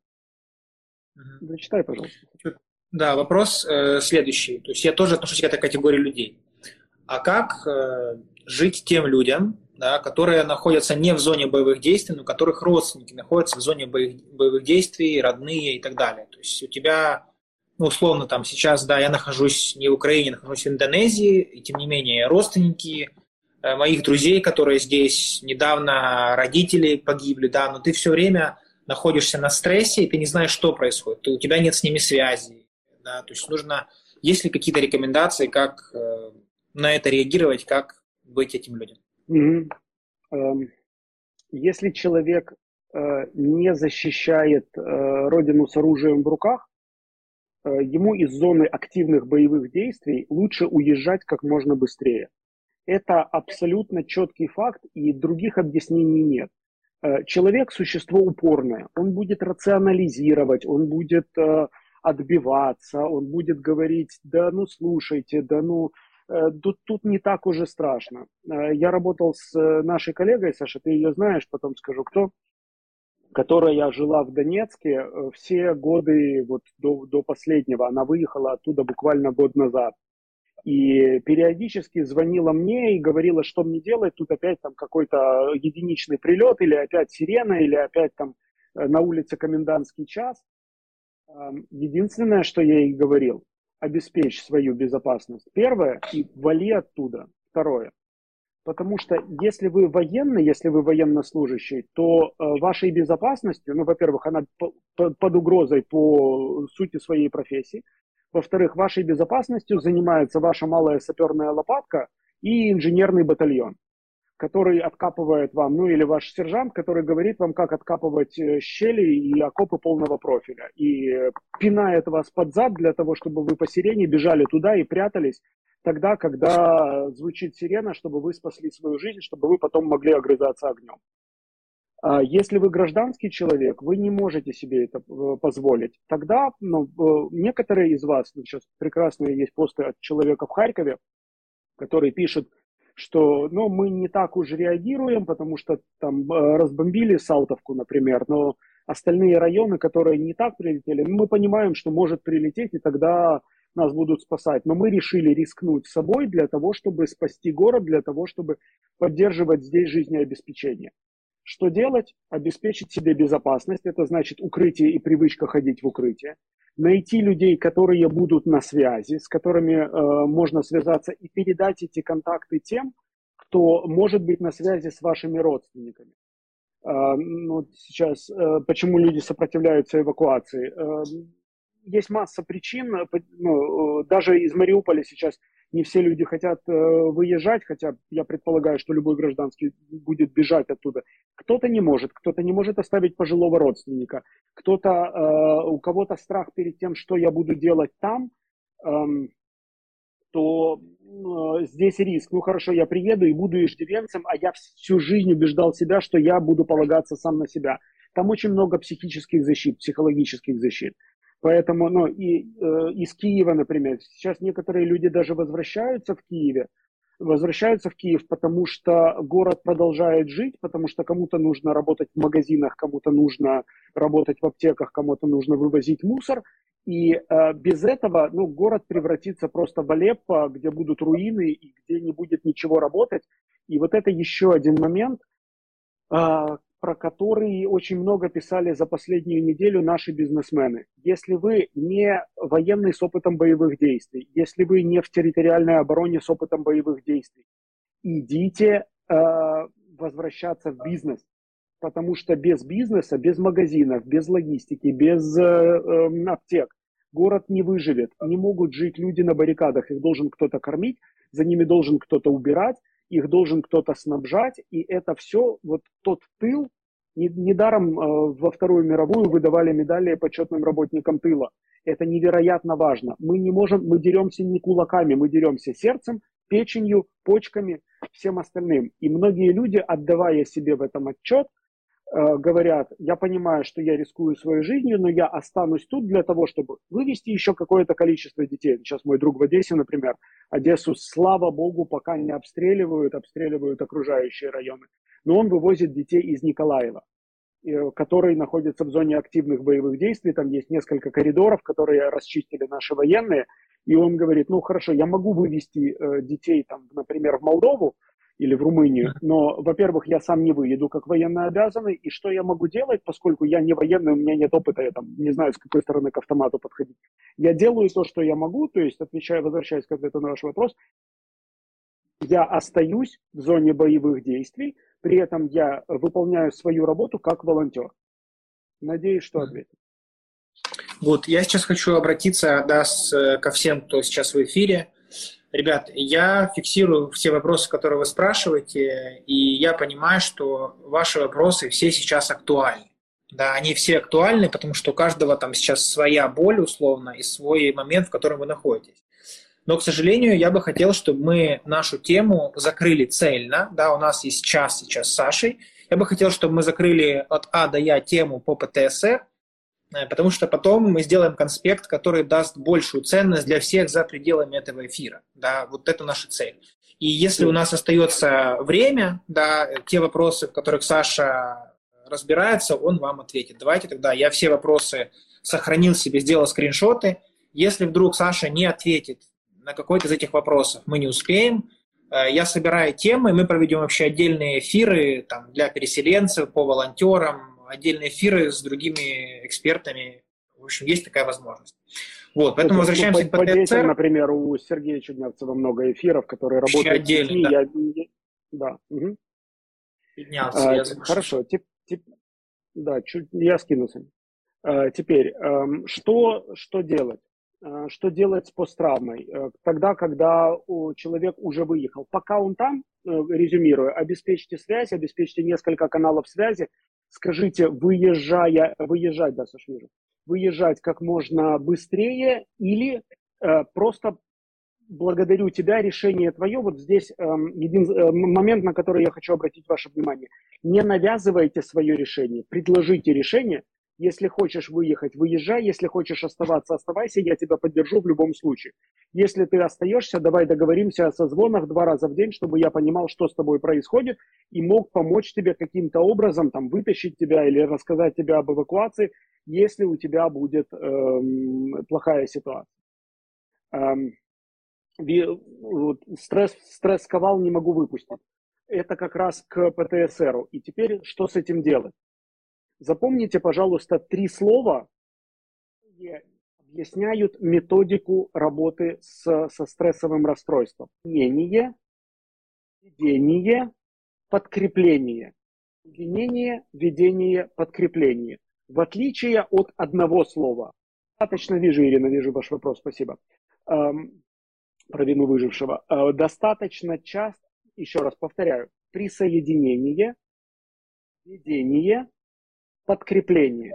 Угу. Зачитай, пожалуйста. Да, вопрос э, следующий. То есть я тоже отношусь к этой категории людей. А как э, жить тем людям, да, которые находятся не в зоне боевых действий, но у которых родственники находятся в зоне боевых, боевых действий, родные и так далее? То есть у тебя, ну, условно, там сейчас, да, я нахожусь не в Украине, нахожусь в Индонезии, и тем не менее родственники э, моих друзей, которые здесь недавно, родители погибли, да, но ты все время находишься на стрессе, и ты не знаешь, что происходит, ты, у тебя нет с ними связи. Да? То есть нужно, есть ли какие-то рекомендации, как э, на это реагировать, как быть этим людям? Mm-hmm. Um, если человек э, не защищает э, родину с оружием в руках, э, ему из зоны активных боевых действий лучше уезжать как можно быстрее. Это абсолютно четкий факт, и других объяснений нет. Человек – существо упорное, он будет рационализировать, он будет э, отбиваться, он будет говорить, да ну слушайте, да ну, э, тут, тут не так уже страшно. Э, я работал с нашей коллегой, Саша, ты ее знаешь, потом скажу кто, которая жила в Донецке э, все годы вот, до, до последнего, она выехала оттуда буквально год назад. И периодически звонила мне и говорила, что мне делать, тут опять там какой-то единичный прилет, или опять сирена, или опять там на улице комендантский час. Единственное, что я ей говорил, обеспечь свою безопасность. Первое, и вали оттуда. Второе. Потому что если вы военный, если вы военнослужащий, то э, вашей безопасностью, ну, во-первых, она по, по, под угрозой по сути своей профессии. Во-вторых, вашей безопасностью занимается ваша малая саперная лопатка и инженерный батальон, который откапывает вам, ну или ваш сержант, который говорит вам, как откапывать щели и окопы полного профиля. И пинает вас под зад для того, чтобы вы по сирене бежали туда и прятались тогда, когда звучит сирена, чтобы вы спасли свою жизнь, чтобы вы потом могли огрызаться огнем. Если вы гражданский человек, вы не можете себе это позволить. Тогда ну, некоторые из вас, ну, сейчас прекрасные есть посты от человека в Харькове, который пишет, что ну, мы не так уж реагируем, потому что там разбомбили Салтовку, например, но остальные районы, которые не так прилетели, мы понимаем, что может прилететь, и тогда нас будут спасать. Но мы решили рискнуть собой для того, чтобы спасти город, для того, чтобы поддерживать здесь жизнеобеспечение. Что делать? Обеспечить себе безопасность, это значит укрытие и привычка ходить в укрытие. Найти людей, которые будут на связи, с которыми э, можно связаться, и передать эти контакты тем, кто может быть на связи с вашими родственниками. Э, ну, сейчас, э, почему люди сопротивляются эвакуации? Э, есть масса причин, ну, даже из Мариуполя сейчас не все люди хотят э, выезжать, хотя я предполагаю, что любой гражданский будет бежать оттуда. Кто-то не может, кто-то не может оставить пожилого родственника, кто-то, э, у кого-то страх перед тем, что я буду делать там, э, то э, здесь риск. Ну хорошо, я приеду и буду иждивенцем, а я всю жизнь убеждал себя, что я буду полагаться сам на себя. Там очень много психических защит, психологических защит. Поэтому, ну, и э, из Киева, например, сейчас некоторые люди даже возвращаются в Киеве, возвращаются в Киев, потому что город продолжает жить, потому что кому-то нужно работать в магазинах, кому-то нужно работать в аптеках, кому-то нужно вывозить мусор. И э, без этого, ну, город превратится просто в Алеппо, где будут руины и где не будет ничего работать. И вот это еще один момент, э, про который очень много писали за последнюю неделю наши бизнесмены. Если вы не военный с опытом боевых действий, если вы не в территориальной обороне с опытом боевых действий, идите э, возвращаться в бизнес. Потому что без бизнеса, без магазинов, без логистики, без э, э, аптек город не выживет. Не могут жить люди на баррикадах. Их должен кто-то кормить, за ними должен кто-то убирать, их должен кто-то снабжать, и это все, вот тот тыл, недаром э, во Вторую мировую выдавали медали почетным работникам тыла. Это невероятно важно. Мы не можем, мы деремся не кулаками, мы деремся сердцем, печенью, почками, всем остальным. И многие люди, отдавая себе в этом отчет, э, говорят, я понимаю, что я рискую своей жизнью, но я останусь тут для того, чтобы вывести еще какое-то количество детей. Сейчас мой друг в Одессе, например, Одессу, слава богу, пока не обстреливают, обстреливают окружающие районы. Но он вывозит детей из Николаева, который находится в зоне активных боевых действий. Там есть несколько коридоров, которые расчистили наши военные. И он говорит, ну хорошо, я могу вывести э, детей, там, например, в Молдову или в Румынию, но, во-первых, я сам не выеду как военно обязанный. И что я могу делать, поскольку я не военный, у меня нет опыта, я там не знаю, с какой стороны к автомату подходить. Я делаю то, что я могу, то есть, отвечаю, возвращаясь к ответу на ваш вопрос, я остаюсь в зоне боевых действий, при этом я выполняю свою работу как волонтер. Надеюсь, что ответил. Вот, я сейчас хочу обратиться, да, с, ко всем, кто сейчас в эфире. Ребят, я фиксирую все вопросы, которые вы спрашиваете, и я понимаю, что ваши вопросы все сейчас актуальны. Да, они все актуальны, потому что у каждого там сейчас своя боль, условно, и свой момент, в котором вы находитесь. Но, к сожалению, я бы хотел, чтобы мы нашу тему закрыли цельно. Да, у нас есть час сейчас с Сашей. Я бы хотел, чтобы мы закрыли от А до Я тему по ПТСР, потому что потом мы сделаем конспект, который даст большую ценность для всех за пределами этого эфира. Да, вот это наша цель. И если у нас остается время, да, те вопросы, в которых Саша разбирается, он вам ответит. Давайте тогда я все вопросы сохранил себе, сделал скриншоты. Если вдруг Саша не ответит на какой-то из этих вопросов, мы не успеем, я собираю темы, мы проведем вообще отдельные эфиры там, для переселенцев, по волонтерам, отдельные эфиры с другими экспертами. В общем, есть такая возможность. Вот, поэтому ну, возвращаемся ну, к ПТСР. Например, у Сергея Чуднявцева много эфиров, которые работают отдельно, с детьми. да. Я... Да. Угу. Поднялся, а, я Хорошо. Тип, тип... Да, чуть... я скинулся. А, теперь, а, что, что делать? А, что делать с посттравмой? А, тогда, когда человек уже выехал. Пока он там, резюмируя, обеспечьте связь, обеспечьте несколько каналов связи, скажите, выезжая, выезжать, да, Саша, вижу, выезжать как можно быстрее или э, просто благодарю тебя, решение твое. Вот здесь э, един, э, момент, на который я хочу обратить ваше внимание. Не навязывайте свое решение, предложите решение. Если хочешь выехать, выезжай. Если хочешь оставаться, оставайся. Я тебя поддержу в любом случае. Если ты остаешься, давай договоримся о созвонах два раза в день, чтобы я понимал, что с тобой происходит, и мог помочь тебе каким-то образом, там, вытащить тебя или рассказать тебе об эвакуации, если у тебя будет эм, плохая ситуация. Эм, стресс, стресс сковал, не могу выпустить. Это как раз к ПТСРу. И теперь что с этим делать? Запомните, пожалуйста, три слова, которые объясняют методику работы с, со стрессовым расстройством. Мнение, ведение, подкрепление. Обвинение, ведение, подкрепление. В отличие от одного слова. Достаточно, вижу, Ирина, вижу ваш вопрос, спасибо. Эм, про вину выжившего. Э, достаточно часто, еще раз повторяю, присоединение, ведение, подкрепление.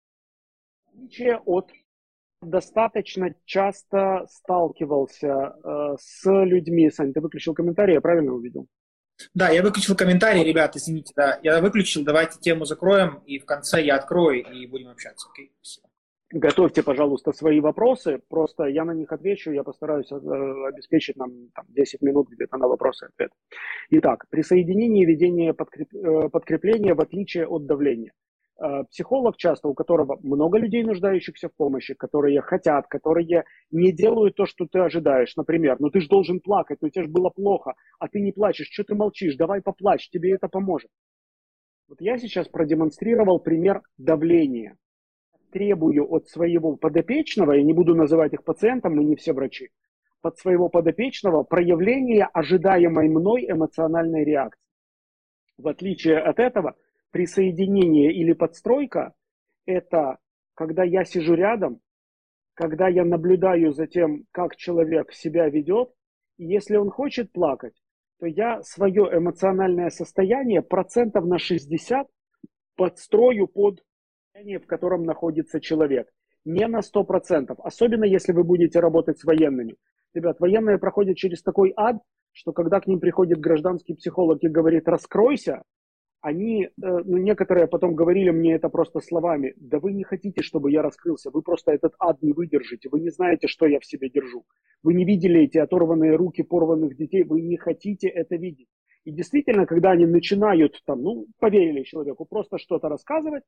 В отличие от достаточно часто сталкивался э, с людьми. Сань, ты выключил комментарий, я правильно увидел? Да, я выключил комментарий, ребят, извините, да, я выключил, давайте тему закроем, и в конце я открою, и будем общаться, окей? Спасибо. Готовьте, пожалуйста, свои вопросы, просто я на них отвечу, я постараюсь э, обеспечить нам там, десять минут где-то на вопросы и ответы. Итак, присоединение и ведение подкреп... э, подкрепления в отличие от давления. Э, психолог часто, у которого много людей, нуждающихся в помощи, которые хотят, которые не делают то, что ты ожидаешь. Например, ну ты же должен плакать, ну тебе же было плохо, а ты не плачешь, что ты молчишь, давай поплачь, тебе это поможет. Вот я сейчас продемонстрировал пример давления. Требую от своего подопечного, я не буду называть их пациентом, мы не все врачи, под своего подопечного проявления ожидаемой мной эмоциональной реакции. В отличие от этого, присоединение или подстройка – это когда я сижу рядом, когда я наблюдаю за тем, как человек себя ведет, и если он хочет плакать, то я свое эмоциональное состояние процентов на шестьдесят подстрою под в котором находится человек. Не на сто процентов. Особенно, если вы будете работать с военными. Ребят, военные проходят через такой ад, что когда к ним приходит гражданский психолог и говорит «раскройся», они, ну, некоторые потом говорили мне это просто словами. Да вы не хотите, чтобы я раскрылся. Вы просто этот ад не выдержите. Вы не знаете, что я в себе держу. Вы не видели эти оторванные руки порванных детей. Вы не хотите это видеть. И действительно, когда они начинают, там, ну, поверили человеку, просто что-то рассказывать,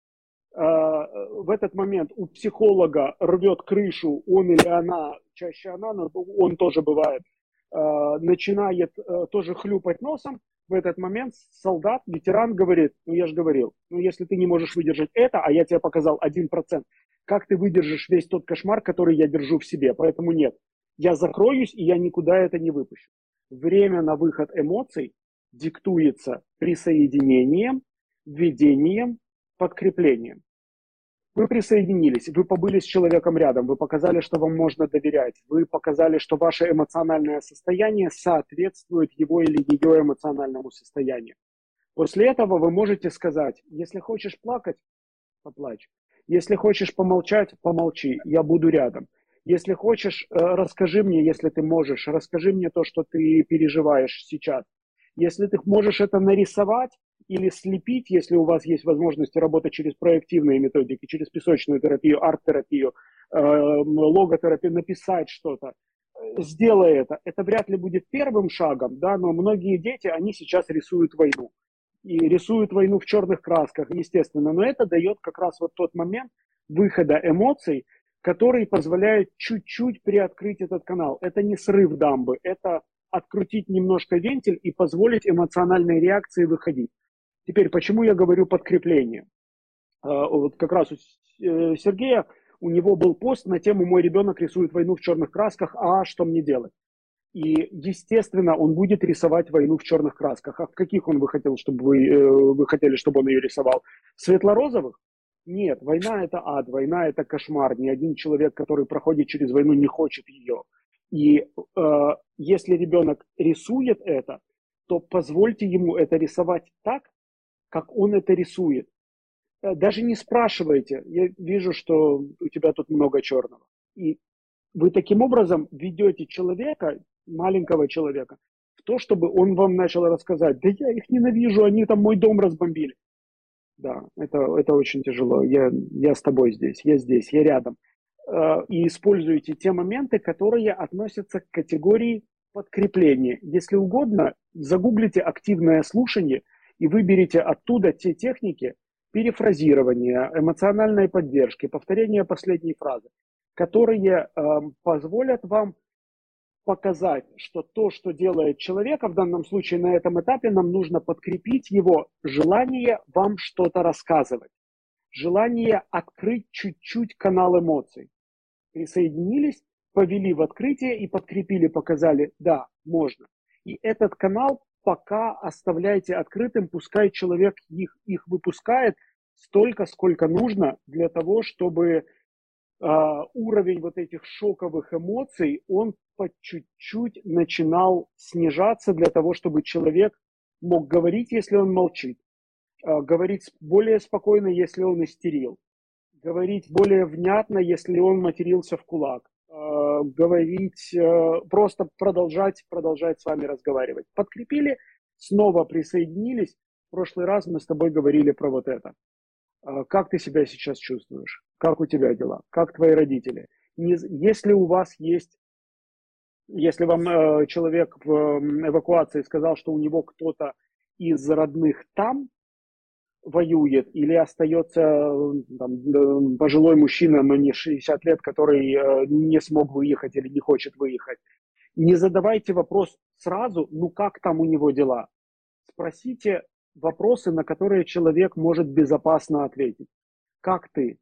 в этот момент у психолога рвет крышу, он или она, чаще она, но он тоже бывает, начинает тоже хлюпать носом. В этот момент солдат, ветеран говорит, ну я же говорил, ну если ты не можешь выдержать это, а я тебе показал один процент, как ты выдержишь весь тот кошмар, который я держу в себе? Поэтому нет, я закроюсь и я никуда это не выпущу. Время на выход эмоций диктуется присоединением, введением, подкреплением. Вы присоединились, вы побыли с человеком рядом, вы показали, что вам можно доверять, вы показали, что ваше эмоциональное состояние соответствует его или ее эмоциональному состоянию. После этого вы можете сказать, если хочешь плакать, поплачь. Если хочешь помолчать, помолчи, я буду рядом. Если хочешь, расскажи мне, если ты можешь, расскажи мне то, что ты переживаешь сейчас. Если ты можешь это нарисовать или слепить, если у вас есть возможность работать через проективные методики, через песочную терапию, арт-терапию, э, логотерапию, написать что-то, сделай это. Это вряд ли будет первым шагом, да, но многие дети, они сейчас рисуют войну. И рисуют войну в черных красках, естественно. Но это дает как раз вот тот момент выхода эмоций, который позволяет чуть-чуть приоткрыть этот канал. Это не срыв дамбы, это открутить немножко вентиль и позволить эмоциональной реакции выходить. Теперь, почему я говорю подкрепление? Вот как раз у Сергея, у него был пост на тему «Мой ребенок рисует войну в черных красках, а что мне делать?» И, естественно, он будет рисовать войну в черных красках. А в каких он бы хотел, чтобы вы, вы хотели, чтобы он ее рисовал? Светло-розовых? Нет, война – это ад, война – это кошмар. Ни один человек, который проходит через войну, не хочет ее. И э, если ребенок рисует это, то позвольте ему это рисовать так, как он это рисует. Даже не спрашивайте. Я вижу, что у тебя тут много черного. И вы таким образом ведете человека, маленького человека, в то, чтобы он вам начал рассказать, да я их ненавижу, они там мой дом разбомбили. Да, это, это очень тяжело. Я, я с тобой здесь, я здесь, я рядом. И используйте те моменты, которые относятся к категории подкрепления. Если угодно, загуглите активное слушание и выберите оттуда те техники перефразирования, эмоциональной поддержки, повторения последней фразы, которые э, позволят вам показать, что то, что делает человека, в данном случае на этом этапе, нам нужно подкрепить его желание вам что-то рассказывать, желание открыть чуть-чуть канал эмоций. Присоединились, повели в открытие и подкрепили, показали, да, можно. И этот канал пока оставляйте открытым, пускай человек их, их выпускает столько, сколько нужно для того, чтобы Uh, уровень вот этих шоковых эмоций, он по чуть-чуть начинал снижаться для того, чтобы человек мог говорить, если он молчит, uh, говорить более спокойно, если он истерил, говорить более внятно, если он матерился в кулак, uh, говорить, uh, просто продолжать, продолжать с вами разговаривать. Подкрепили, снова присоединились. В прошлый раз мы с тобой говорили про вот это. Как ты себя сейчас чувствуешь? Как у тебя дела? Как твои родители? Не, если у вас есть, если вам э, человек в э, эвакуации сказал, что у него кто-то из родных там воюет или остается там, пожилой мужчина, но не шестьдесят лет, который э, не смог выехать или не хочет выехать, не задавайте вопрос сразу, ну как там у него дела? Спросите вопросы, на которые человек может безопасно ответить. Как ты?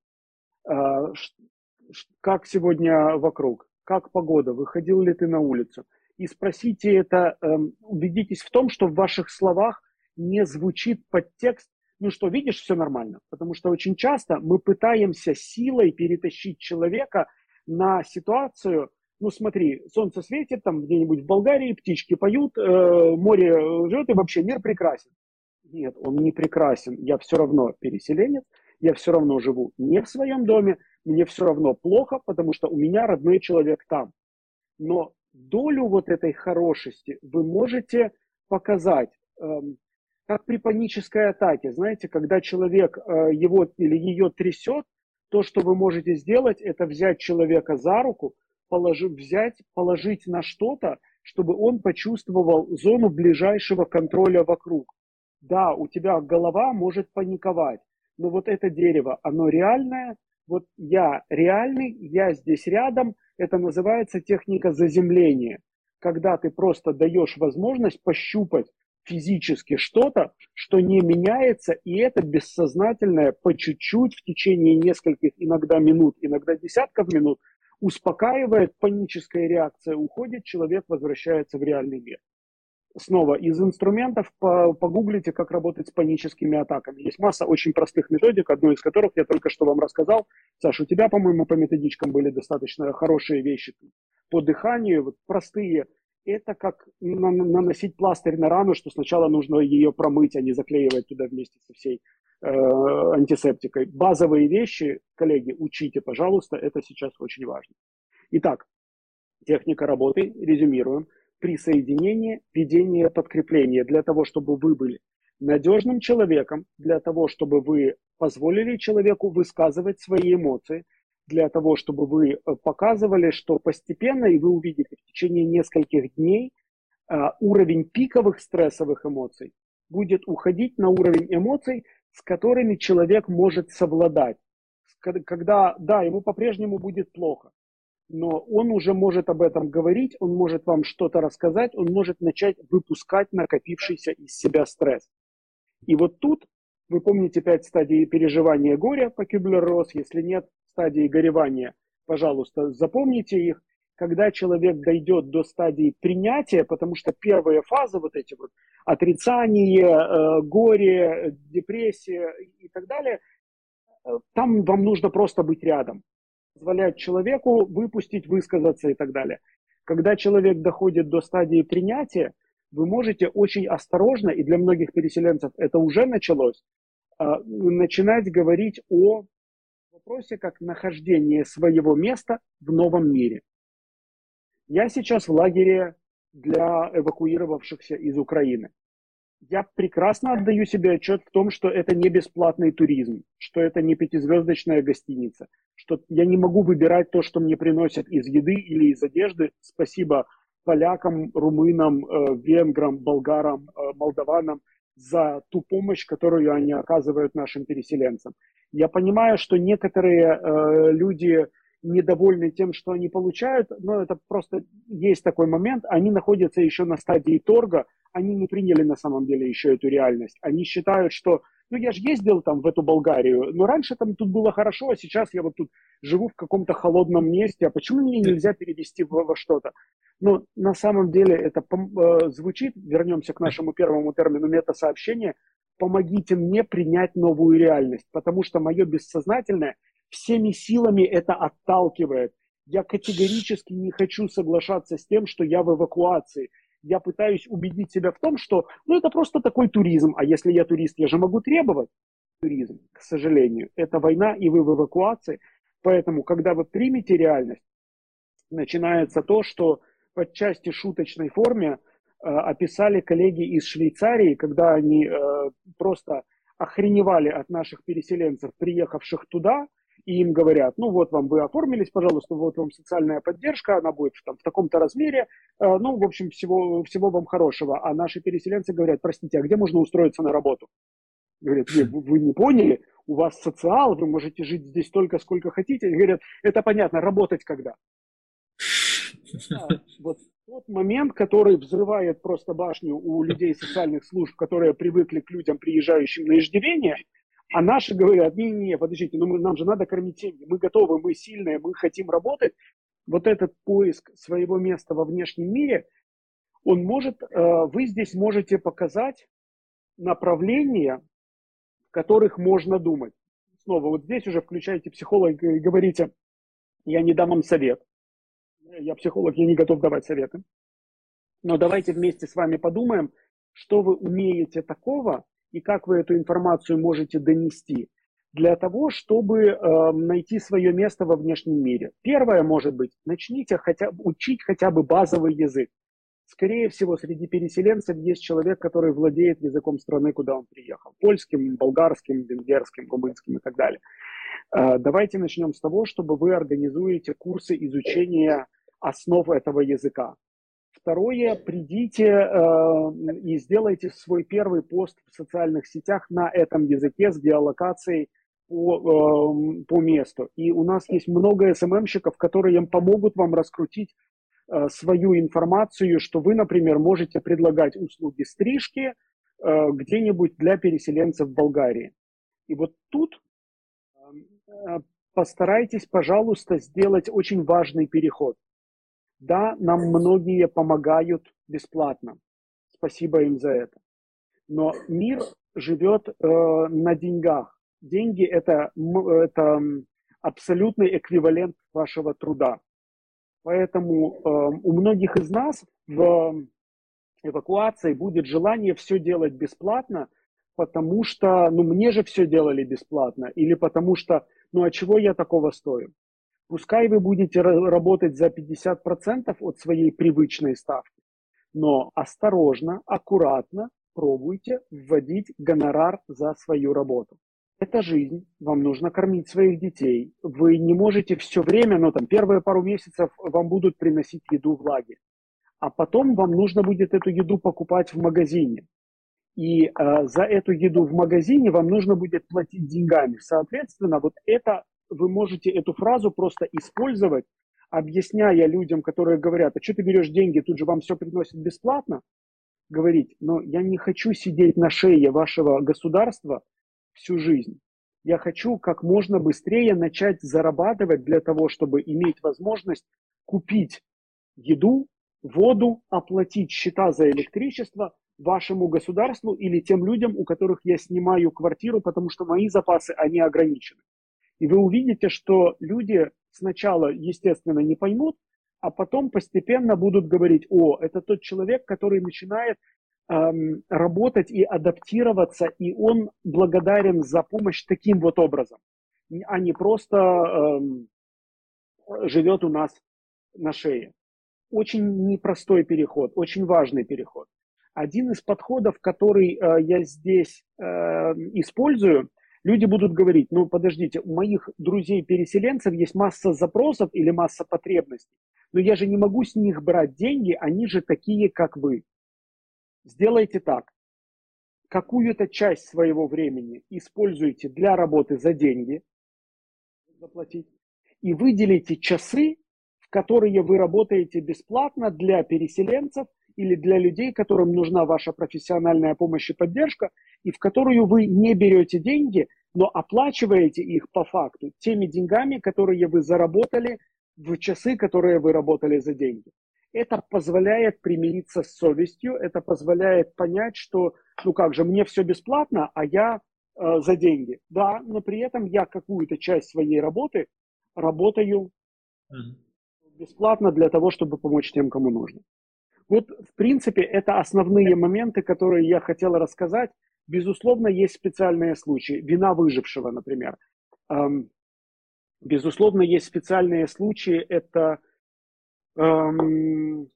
Как сегодня вокруг? Как погода? Выходил ли ты на улицу? И спросите это, убедитесь в том, что в ваших словах не звучит подтекст, ну что, видишь, все нормально. Потому что очень часто мы пытаемся силой перетащить человека на ситуацию, ну смотри, солнце светит, там где-нибудь в Болгарии, птички поют, море живет, и вообще мир прекрасен. Нет, он не прекрасен. Я все равно переселенец, я все равно живу не в своем доме, мне все равно плохо, потому что у меня родной человек там. Но долю вот этой хорошести вы можете показать, эм, как при панической атаке. Знаете, когда человек э, его или ее трясет, то, что вы можете сделать, это взять человека за руку, положи, взять, положить на что-то, чтобы он почувствовал зону ближайшего контроля вокруг. Да, у тебя голова может паниковать, но вот это дерево, оно реальное, вот я реальный, я здесь рядом, это называется техника заземления, когда ты просто даешь возможность пощупать физически что-то, что не меняется, и это бессознательное по чуть-чуть в течение нескольких, иногда минут, иногда десятков минут, успокаивает, паническая реакция уходит, человек возвращается в реальный мир. снова из инструментов погуглите, как работать с паническими атаками. Есть масса очень простых методик, одну из которых я только что вам рассказал. Саша, у тебя, по-моему, по методичкам были достаточно хорошие вещи по дыханию, вот простые. Это как наносить пластырь на рану, что сначала нужно ее промыть, а не заклеивать туда вместе со всей э, антисептикой. Базовые вещи, коллеги, учите, пожалуйста, это сейчас очень важно. Итак, техника работы, резюмируем. Присоединение, ведение, подкрепление для того, чтобы вы были надежным человеком, для того, чтобы вы позволили человеку высказывать свои эмоции, для того, чтобы вы показывали, что постепенно, и вы увидите в течение нескольких дней, уровень пиковых стрессовых эмоций будет уходить на уровень эмоций, с которыми человек может совладать. Когда, да, ему по-прежнему будет плохо, но он уже может об этом говорить, он может вам что-то рассказать, он может начать выпускать накопившийся из себя стресс. И вот тут, вы помните пять стадий переживания горя по Кюблер-Росс, если нет стадии горевания, пожалуйста, запомните их. Когда человек дойдет до стадии принятия, потому что первые фазы, вот эти вот отрицание, э, горе, депрессия и так далее, э, там вам нужно просто быть рядом, позволять человеку выпустить, высказаться и так далее. Когда человек доходит до стадии принятия, вы можете очень осторожно, и для многих переселенцев это уже началось, э, начинать говорить о вопросе как нахождение своего места в новом мире. Я сейчас в лагере для эвакуировавшихся из Украины. Я прекрасно отдаю себе отчет в том, что это не бесплатный туризм, что это не пятизвездочная гостиница, что я не могу выбирать то, что мне приносят из еды или из одежды. Спасибо полякам, румынам, венграм, болгарам, молдаванам за ту помощь, которую они оказывают нашим переселенцам. Я понимаю, что некоторые э, люди недовольны тем, что они получают, но это просто есть такой момент, они находятся еще на стадии торга, они не приняли на самом деле еще эту реальность. Они считают, что, ну я же ездил там в эту Болгарию, но раньше там тут было хорошо, а сейчас я вот тут живу в каком-то холодном месте, а почему мне нельзя перевести во, во что-то? Но на самом деле это э, звучит, вернемся к нашему первому термину мета-сообщения, помогите мне принять новую реальность, потому что мое бессознательное всеми силами это отталкивает. Я категорически не хочу соглашаться с тем, что я в эвакуации. Я пытаюсь убедить себя в том, что ну, это просто такой туризм. А если я турист, я же могу требовать туризм. К сожалению, это война, и вы в эвакуации. Поэтому, когда вы примете реальность, начинается то, что в отчасти шуточной форме э, описали коллеги из Швейцарии, когда они э, просто охреневали от наших переселенцев, приехавших туда, и им говорят, ну вот вам, вы оформились, пожалуйста, вот вам социальная поддержка, она будет там, в таком-то размере, э, ну, в общем, всего, всего вам хорошего. А наши переселенцы говорят, простите, а где можно устроиться на работу? Говорят, нет, вы не поняли, у вас социал, вы можете жить здесь столько, сколько хотите. И говорят, это понятно, работать когда? Да, вот тот момент, который взрывает просто башню у людей социальных служб, которые привыкли к людям, приезжающим на иждивение, а наши говорят, не-не-не, подождите, ну мы, нам же надо кормить семьи, мы готовы, мы сильные, мы хотим работать. Вот этот поиск своего места во внешнем мире, он может, вы здесь можете показать направления, в которых можно думать. Снова, вот здесь уже включаете психолога и говорите, я не дам вам совет. Я психолог, я не готов давать советы. Но давайте вместе с вами подумаем, что вы умеете такого и как вы эту информацию можете донести для того, чтобы э, найти свое место во внешнем мире. Первое, может быть, начните хотя, учить хотя бы базовый язык. Скорее всего, среди переселенцев есть человек, который владеет языком страны, куда он приехал. Польским, болгарским, венгерским, румынским и так далее. Э, давайте начнем с того, чтобы вы организуете курсы изучения основ этого языка. Второе, придите э, и сделайте свой первый пост в социальных сетях на этом языке с геолокацией по, э, по месту. И у нас есть много эс эм эм-щиков, которые помогут вам раскрутить э, свою информацию, что вы, например, можете предлагать услуги стрижки э, где-нибудь для переселенцев в Болгарии. И вот тут э, постарайтесь, пожалуйста, сделать очень важный переход. Да, нам многие помогают бесплатно. спасибо им за это. Но мир живет э, на деньгах. Деньги это, это абсолютный эквивалент вашего труда. Поэтому э, у многих из нас в эвакуации будет желание все делать бесплатно, потому что, ну, мне же все делали бесплатно, или потому что, ну, а чего я такого стою? Пускай вы будете работать за пятьдесят процентов от своей привычной ставки, но осторожно, аккуратно пробуйте вводить гонорар за свою работу. Это жизнь, вам нужно кормить своих детей. Вы не можете все время, но там первые пару месяцев вам будут приносить еду в лагерь, а потом вам нужно будет эту еду покупать в магазине. И э, за эту еду в магазине вам нужно будет платить деньгами. Соответственно, вот это вы можете эту фразу просто использовать, объясняя людям, которые говорят: а что ты берешь деньги, тут же вам все приносят бесплатно, говорить: но я не хочу сидеть на шее вашего государства всю жизнь. Я хочу как можно быстрее начать зарабатывать для того, чтобы иметь возможность купить еду, воду, оплатить счета за электричество вашему государству или тем людям, у которых я снимаю квартиру, потому что мои запасы, они ограничены. И вы увидите, что люди сначала, естественно, не поймут, а потом постепенно будут говорить: о, это тот человек, который начинает эм, работать и адаптироваться, и он благодарен за помощь таким вот образом, а не просто эм, живет у нас на шее. Очень непростой переход, очень важный переход. Один из подходов, который э, я здесь э, использую, люди будут говорить: ну подождите, у моих друзей-переселенцев есть масса запросов или масса потребностей, но я же не могу с них брать деньги, они же такие, как вы. Сделайте так. Какую-то часть своего времени используйте для работы за деньги, заплатить, и выделите часы, в которые вы работаете бесплатно для переселенцев или для людей, которым нужна ваша профессиональная помощь и поддержка, и в которую вы не берете деньги, но оплачиваете их по факту теми деньгами, которые вы заработали в часы, которые вы работали за деньги. Это позволяет примириться с совестью, это позволяет понять, что, ну как же, мне все бесплатно, а я э, за деньги. Да, но при этом я какую-то часть своей работы работаю бесплатно для того, чтобы помочь тем, кому нужно. Вот, в принципе, это основные моменты, которые я хотел рассказать. Безусловно, есть специальные случаи. Вина выжившего, например. Эм, безусловно, есть специальные случаи. Это эм,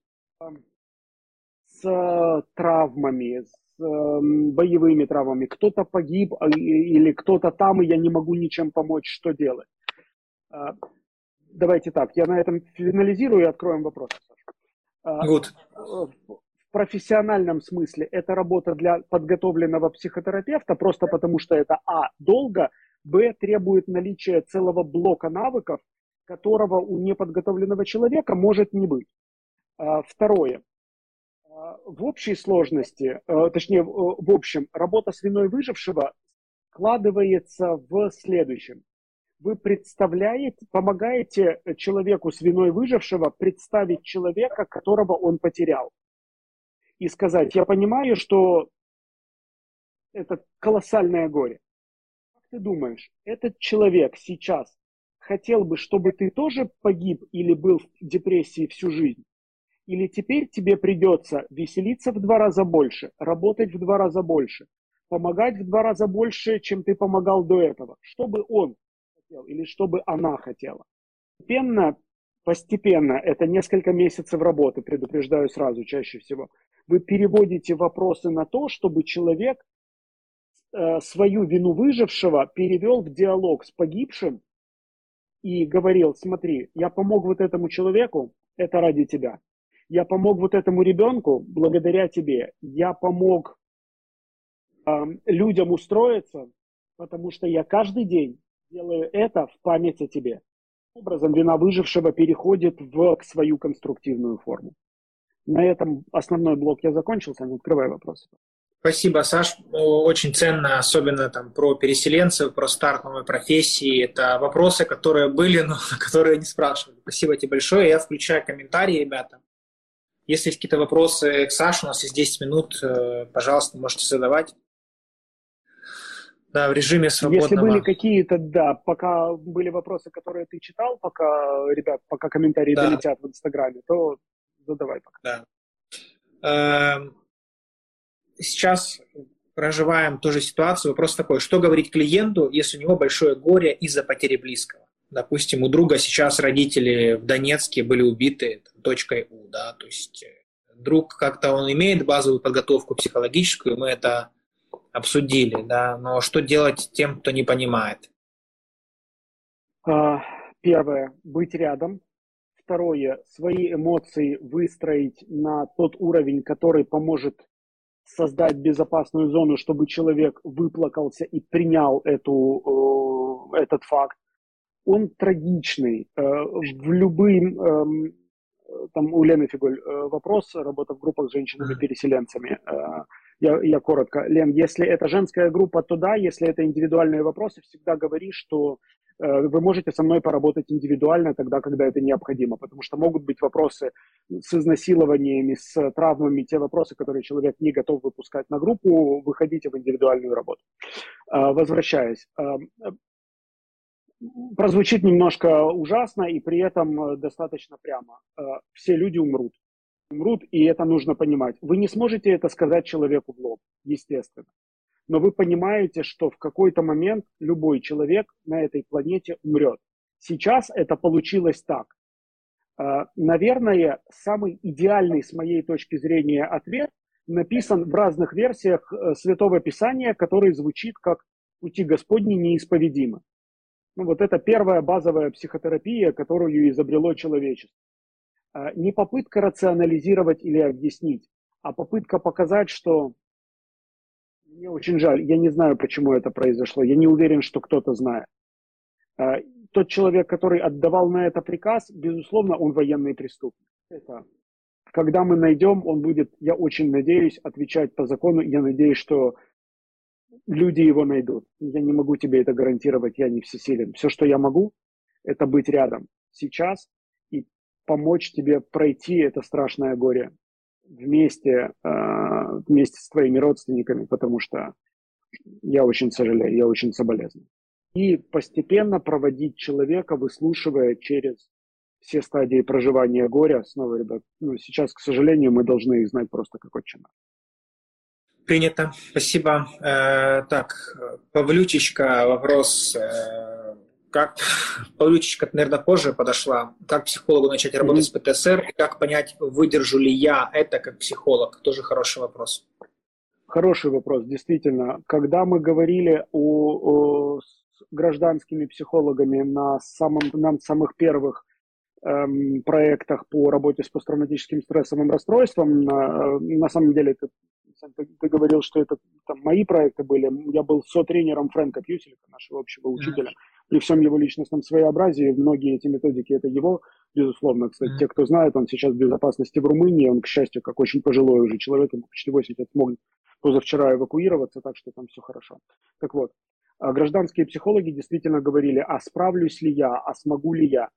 с травмами, с эм, боевыми травмами. Кто-то погиб или кто-то там, и я не могу ничем помочь. Что делать? Э, давайте так, я на этом финализирую и откроем вопрос. Good. В профессиональном смысле это работа для подготовленного психотерапевта, просто потому что это а. долго, б. требует наличия целого блока навыков, которого у неподготовленного человека может не быть. Второе. В общей сложности, точнее, в общем, работа с виной выжившего складывается в следующем. Вы представляете, помогаете человеку с виной выжившего представить человека, которого он потерял. И сказать: я понимаю, что это колоссальное горе. Как ты думаешь, этот человек сейчас хотел бы, чтобы ты тоже погиб или был в депрессии всю жизнь? Или теперь тебе придется веселиться в два раза больше, работать в два раза больше, помогать в два раза больше, чем ты помогал до этого? Что бы он хотел или что бы она хотела? Постепенно, постепенно, это несколько месяцев работы, предупреждаю сразу, чаще всего, вы переводите вопросы на то, чтобы человек э, свою вину выжившего перевел в диалог с погибшим и говорил: смотри, я помог вот этому человеку, это ради тебя. Я помог вот этому ребенку благодаря тебе. Я помог э, людям устроиться, потому что я каждый день делаю это в память о тебе. Таким образом, вина выжившего переходит в свою конструктивную форму. На этом основной блок я закончил. Сам открывай вопросы. Спасибо, Саш. Очень ценно, особенно там про переселенцев, про старт новой профессии. Это вопросы, которые были, но на которые не спрашивали. Спасибо тебе большое. Я включаю комментарии, ребята. Если есть какие-то вопросы к Саше, у нас есть десять минут, пожалуйста, можете задавать. Да, в режиме свободного. Если были какие-то, да, пока были вопросы, которые ты читал, пока, ребят, пока комментарии да. долетят в Инстаграме, то задавай пока. Да. Сейчас проживаем ту же ситуацию. Вопрос такой, что говорить клиенту, если у него большое горе из-за потери близкого? Допустим, у друга сейчас родители в Донецке были убиты точкой У, да, то есть друг как-то он имеет базовую подготовку психологическую, мы это обсудили, да, но что делать тем, кто не понимает? Первое, быть рядом. Второе, свои эмоции выстроить на тот уровень, который поможет создать безопасную зону, чтобы человек выплакался и принял эту, этот факт. Он трагичный. В любым, там у Лены Фиголь вопрос, работа в группах с женщинами-переселенцами. Я, я коротко. Лен, если это женская группа, то да, если это индивидуальные вопросы, всегда говори, что вы можете со мной поработать индивидуально тогда, когда это необходимо, потому что могут быть вопросы с изнасилованиями, с травмами, те вопросы, которые человек не готов выпускать на группу, выходите в индивидуальную работу. Возвращаясь. Прозвучит немножко ужасно и при этом достаточно прямо. Все люди умрут. Умрут, и это нужно понимать. Вы не сможете это сказать человеку в лоб, естественно. Но вы понимаете, что в какой-то момент любой человек на этой планете умрет. Сейчас это получилось так. Наверное, самый идеальный с моей точки зрения ответ написан в разных версиях Святого Писания, который звучит как «Пути Господни неисповедимы». Ну, вот это первая базовая психотерапия, которую изобрело человечество. Не попытка рационализировать или объяснить, а попытка показать, что мне очень жаль, я не знаю, почему это произошло, я не уверен, что кто-то знает. Тот человек, который отдавал на это приказ, безусловно, он военный преступник. Это, когда мы найдем, он будет, я очень надеюсь, отвечать по закону, я надеюсь, что люди его найдут. Я не могу тебе это гарантировать, я не всесилен. Все, что я могу, это быть рядом сейчас и помочь тебе пройти это страшное горе вместе, э, вместе с твоими родственниками, потому что я очень сожалею, я очень соболезную. И постепенно проводить человека, выслушивая через все стадии проживания горя. Снова, ребят, ну, сейчас, к сожалению, мы должны их знать просто как отче наш. Принято, спасибо. Э, так, Павлючечка, вопрос. Э, как Павлючечка, наверное, позже подошла. Как психологу начать работать mm-hmm. с ПТСР? И как понять, выдержу ли я это как психолог? Тоже хороший вопрос. Хороший вопрос, действительно. Когда мы говорили о, о с гражданскими психологами на, самом, на самых первых эм, проектах по работе с посттравматическим стрессовым расстройством, на, на самом деле это Ты, ты говорил, что это там, мои проекты были. Я был со-тренером Фрэнка Пьюселика, нашего общего учителя. Mm-hmm. При всем его личностном своеобразии, многие эти методики, это его, безусловно. Кстати, mm-hmm. те, кто знает, он сейчас в безопасности в Румынии. Он, к счастью, как очень пожилой уже человек, ему почти восемьдесят лет, смог позавчера эвакуироваться, так что там все хорошо. Так вот, гражданские психологи действительно говорили, а справлюсь ли я, а смогу ли я.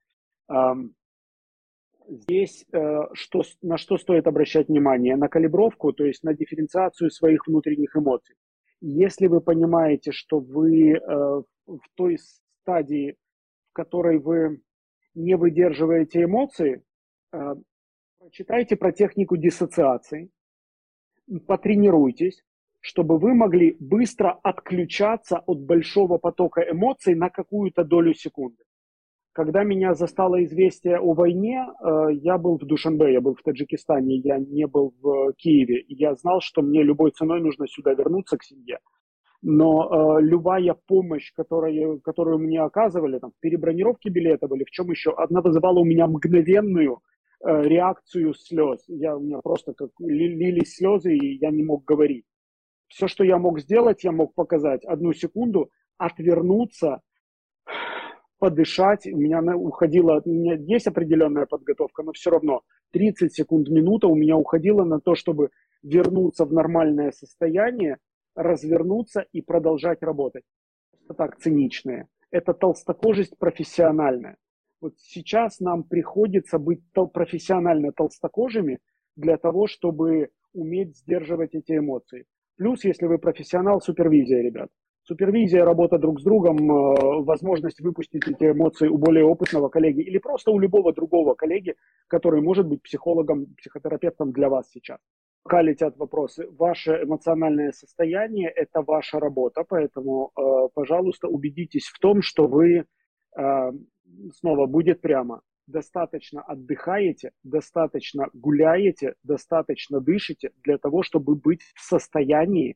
Здесь э, что, на что стоит обращать внимание? На калибровку, то есть на дифференциацию своих внутренних эмоций. Если вы понимаете, что вы э, в той стадии, в которой вы не выдерживаете эмоции, э, прочитайте про технику диссоциации, потренируйтесь, чтобы вы могли быстро отключаться от большого потока эмоций на какую-то долю секунды. Когда меня застало известие о войне, я был в Душанбе, я был в Таджикистане, я не был в Киеве. И я знал, что мне любой ценой нужно сюда вернуться к семье. Но э, любая помощь, которая, которую мне оказывали, там, в перебронировке билета были, в чем еще, одна вызывала у меня мгновенную э, реакцию слез. Я, у меня просто как лились слезы, и я не мог говорить. Все, что я мог сделать, я мог показать одну секунду, отвернуться, подышать, у меня уходило, у меня есть определенная подготовка, но все равно тридцать секунд, минута у меня уходило на то, чтобы вернуться в нормальное состояние, развернуться и продолжать работать. Это так, циничные. Это толстокожесть профессиональная. Вот сейчас нам приходится быть тол- профессионально толстокожими, для того, чтобы уметь сдерживать эти эмоции. Плюс, если вы профессионал, супервизия, ребят. Супервизия, работа друг с другом, возможность выпустить эти эмоции у более опытного коллеги или просто у любого другого коллеги, который может быть психологом, психотерапевтом для вас сейчас. Пока летят вопросы. Ваше эмоциональное состояние – это ваша работа, поэтому, пожалуйста, убедитесь в том, что вы, снова будет прямо, достаточно отдыхаете, достаточно гуляете, достаточно дышите для того, чтобы быть в состоянии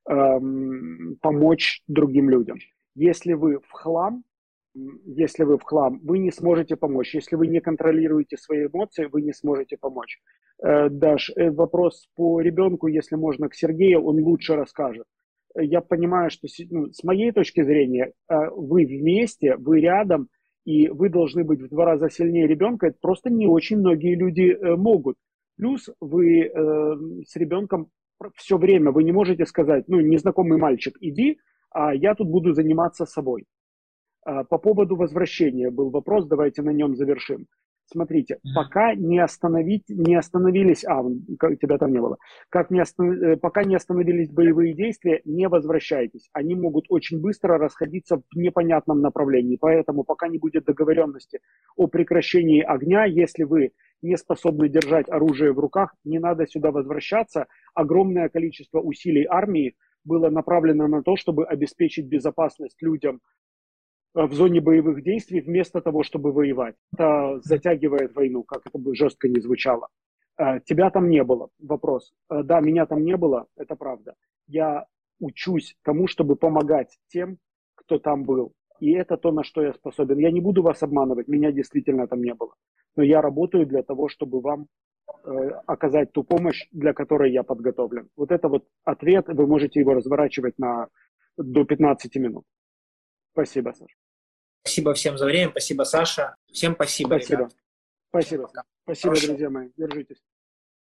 эм, помочь другим людям. Если вы в хлам, если вы в хлам, вы не сможете помочь. Если вы не контролируете свои эмоции, вы не сможете помочь. Э, Даш, э, вопрос по ребенку, если можно, к Сергею, он лучше расскажет. Я понимаю, что ну, с моей точки зрения, э, вы вместе, вы рядом, и вы должны быть в два раза сильнее ребенка, это просто не очень многие люди э, могут. Плюс вы э, с ребенком все время, вы не можете сказать, ну, незнакомый мальчик, иди, а я тут буду заниматься собой. А, по поводу возвращения был вопрос, давайте на нем завершим. Смотрите, пока не, остановить, не остановились, а, тебя там не было, как не останов, пока не остановились боевые действия, не возвращайтесь. Они могут очень быстро расходиться в непонятном направлении, поэтому пока не будет договоренности о прекращении огня, если вы не способны держать оружие в руках, не надо сюда возвращаться. Огромное количество усилий армии было направлено на то, чтобы обеспечить безопасность людям в зоне боевых действий, вместо того, чтобы воевать. Это затягивает войну, как это бы жестко не звучало. Тебя там не было. Вопрос. Да, меня там не было, это правда. Я учусь тому, чтобы помогать тем, кто там был. И это то, на что я способен. Я не буду вас обманывать, меня действительно там не было. Но я работаю для того, чтобы вам э, оказать ту помощь, для которой я подготовлен. Вот это вот ответ, вы можете его разворачивать на, до пятнадцати минут. Спасибо, Саша. Спасибо всем за время, спасибо, Саша. Всем спасибо, Спасибо. ребят. Спасибо. Спасибо, друзья мои. Держитесь.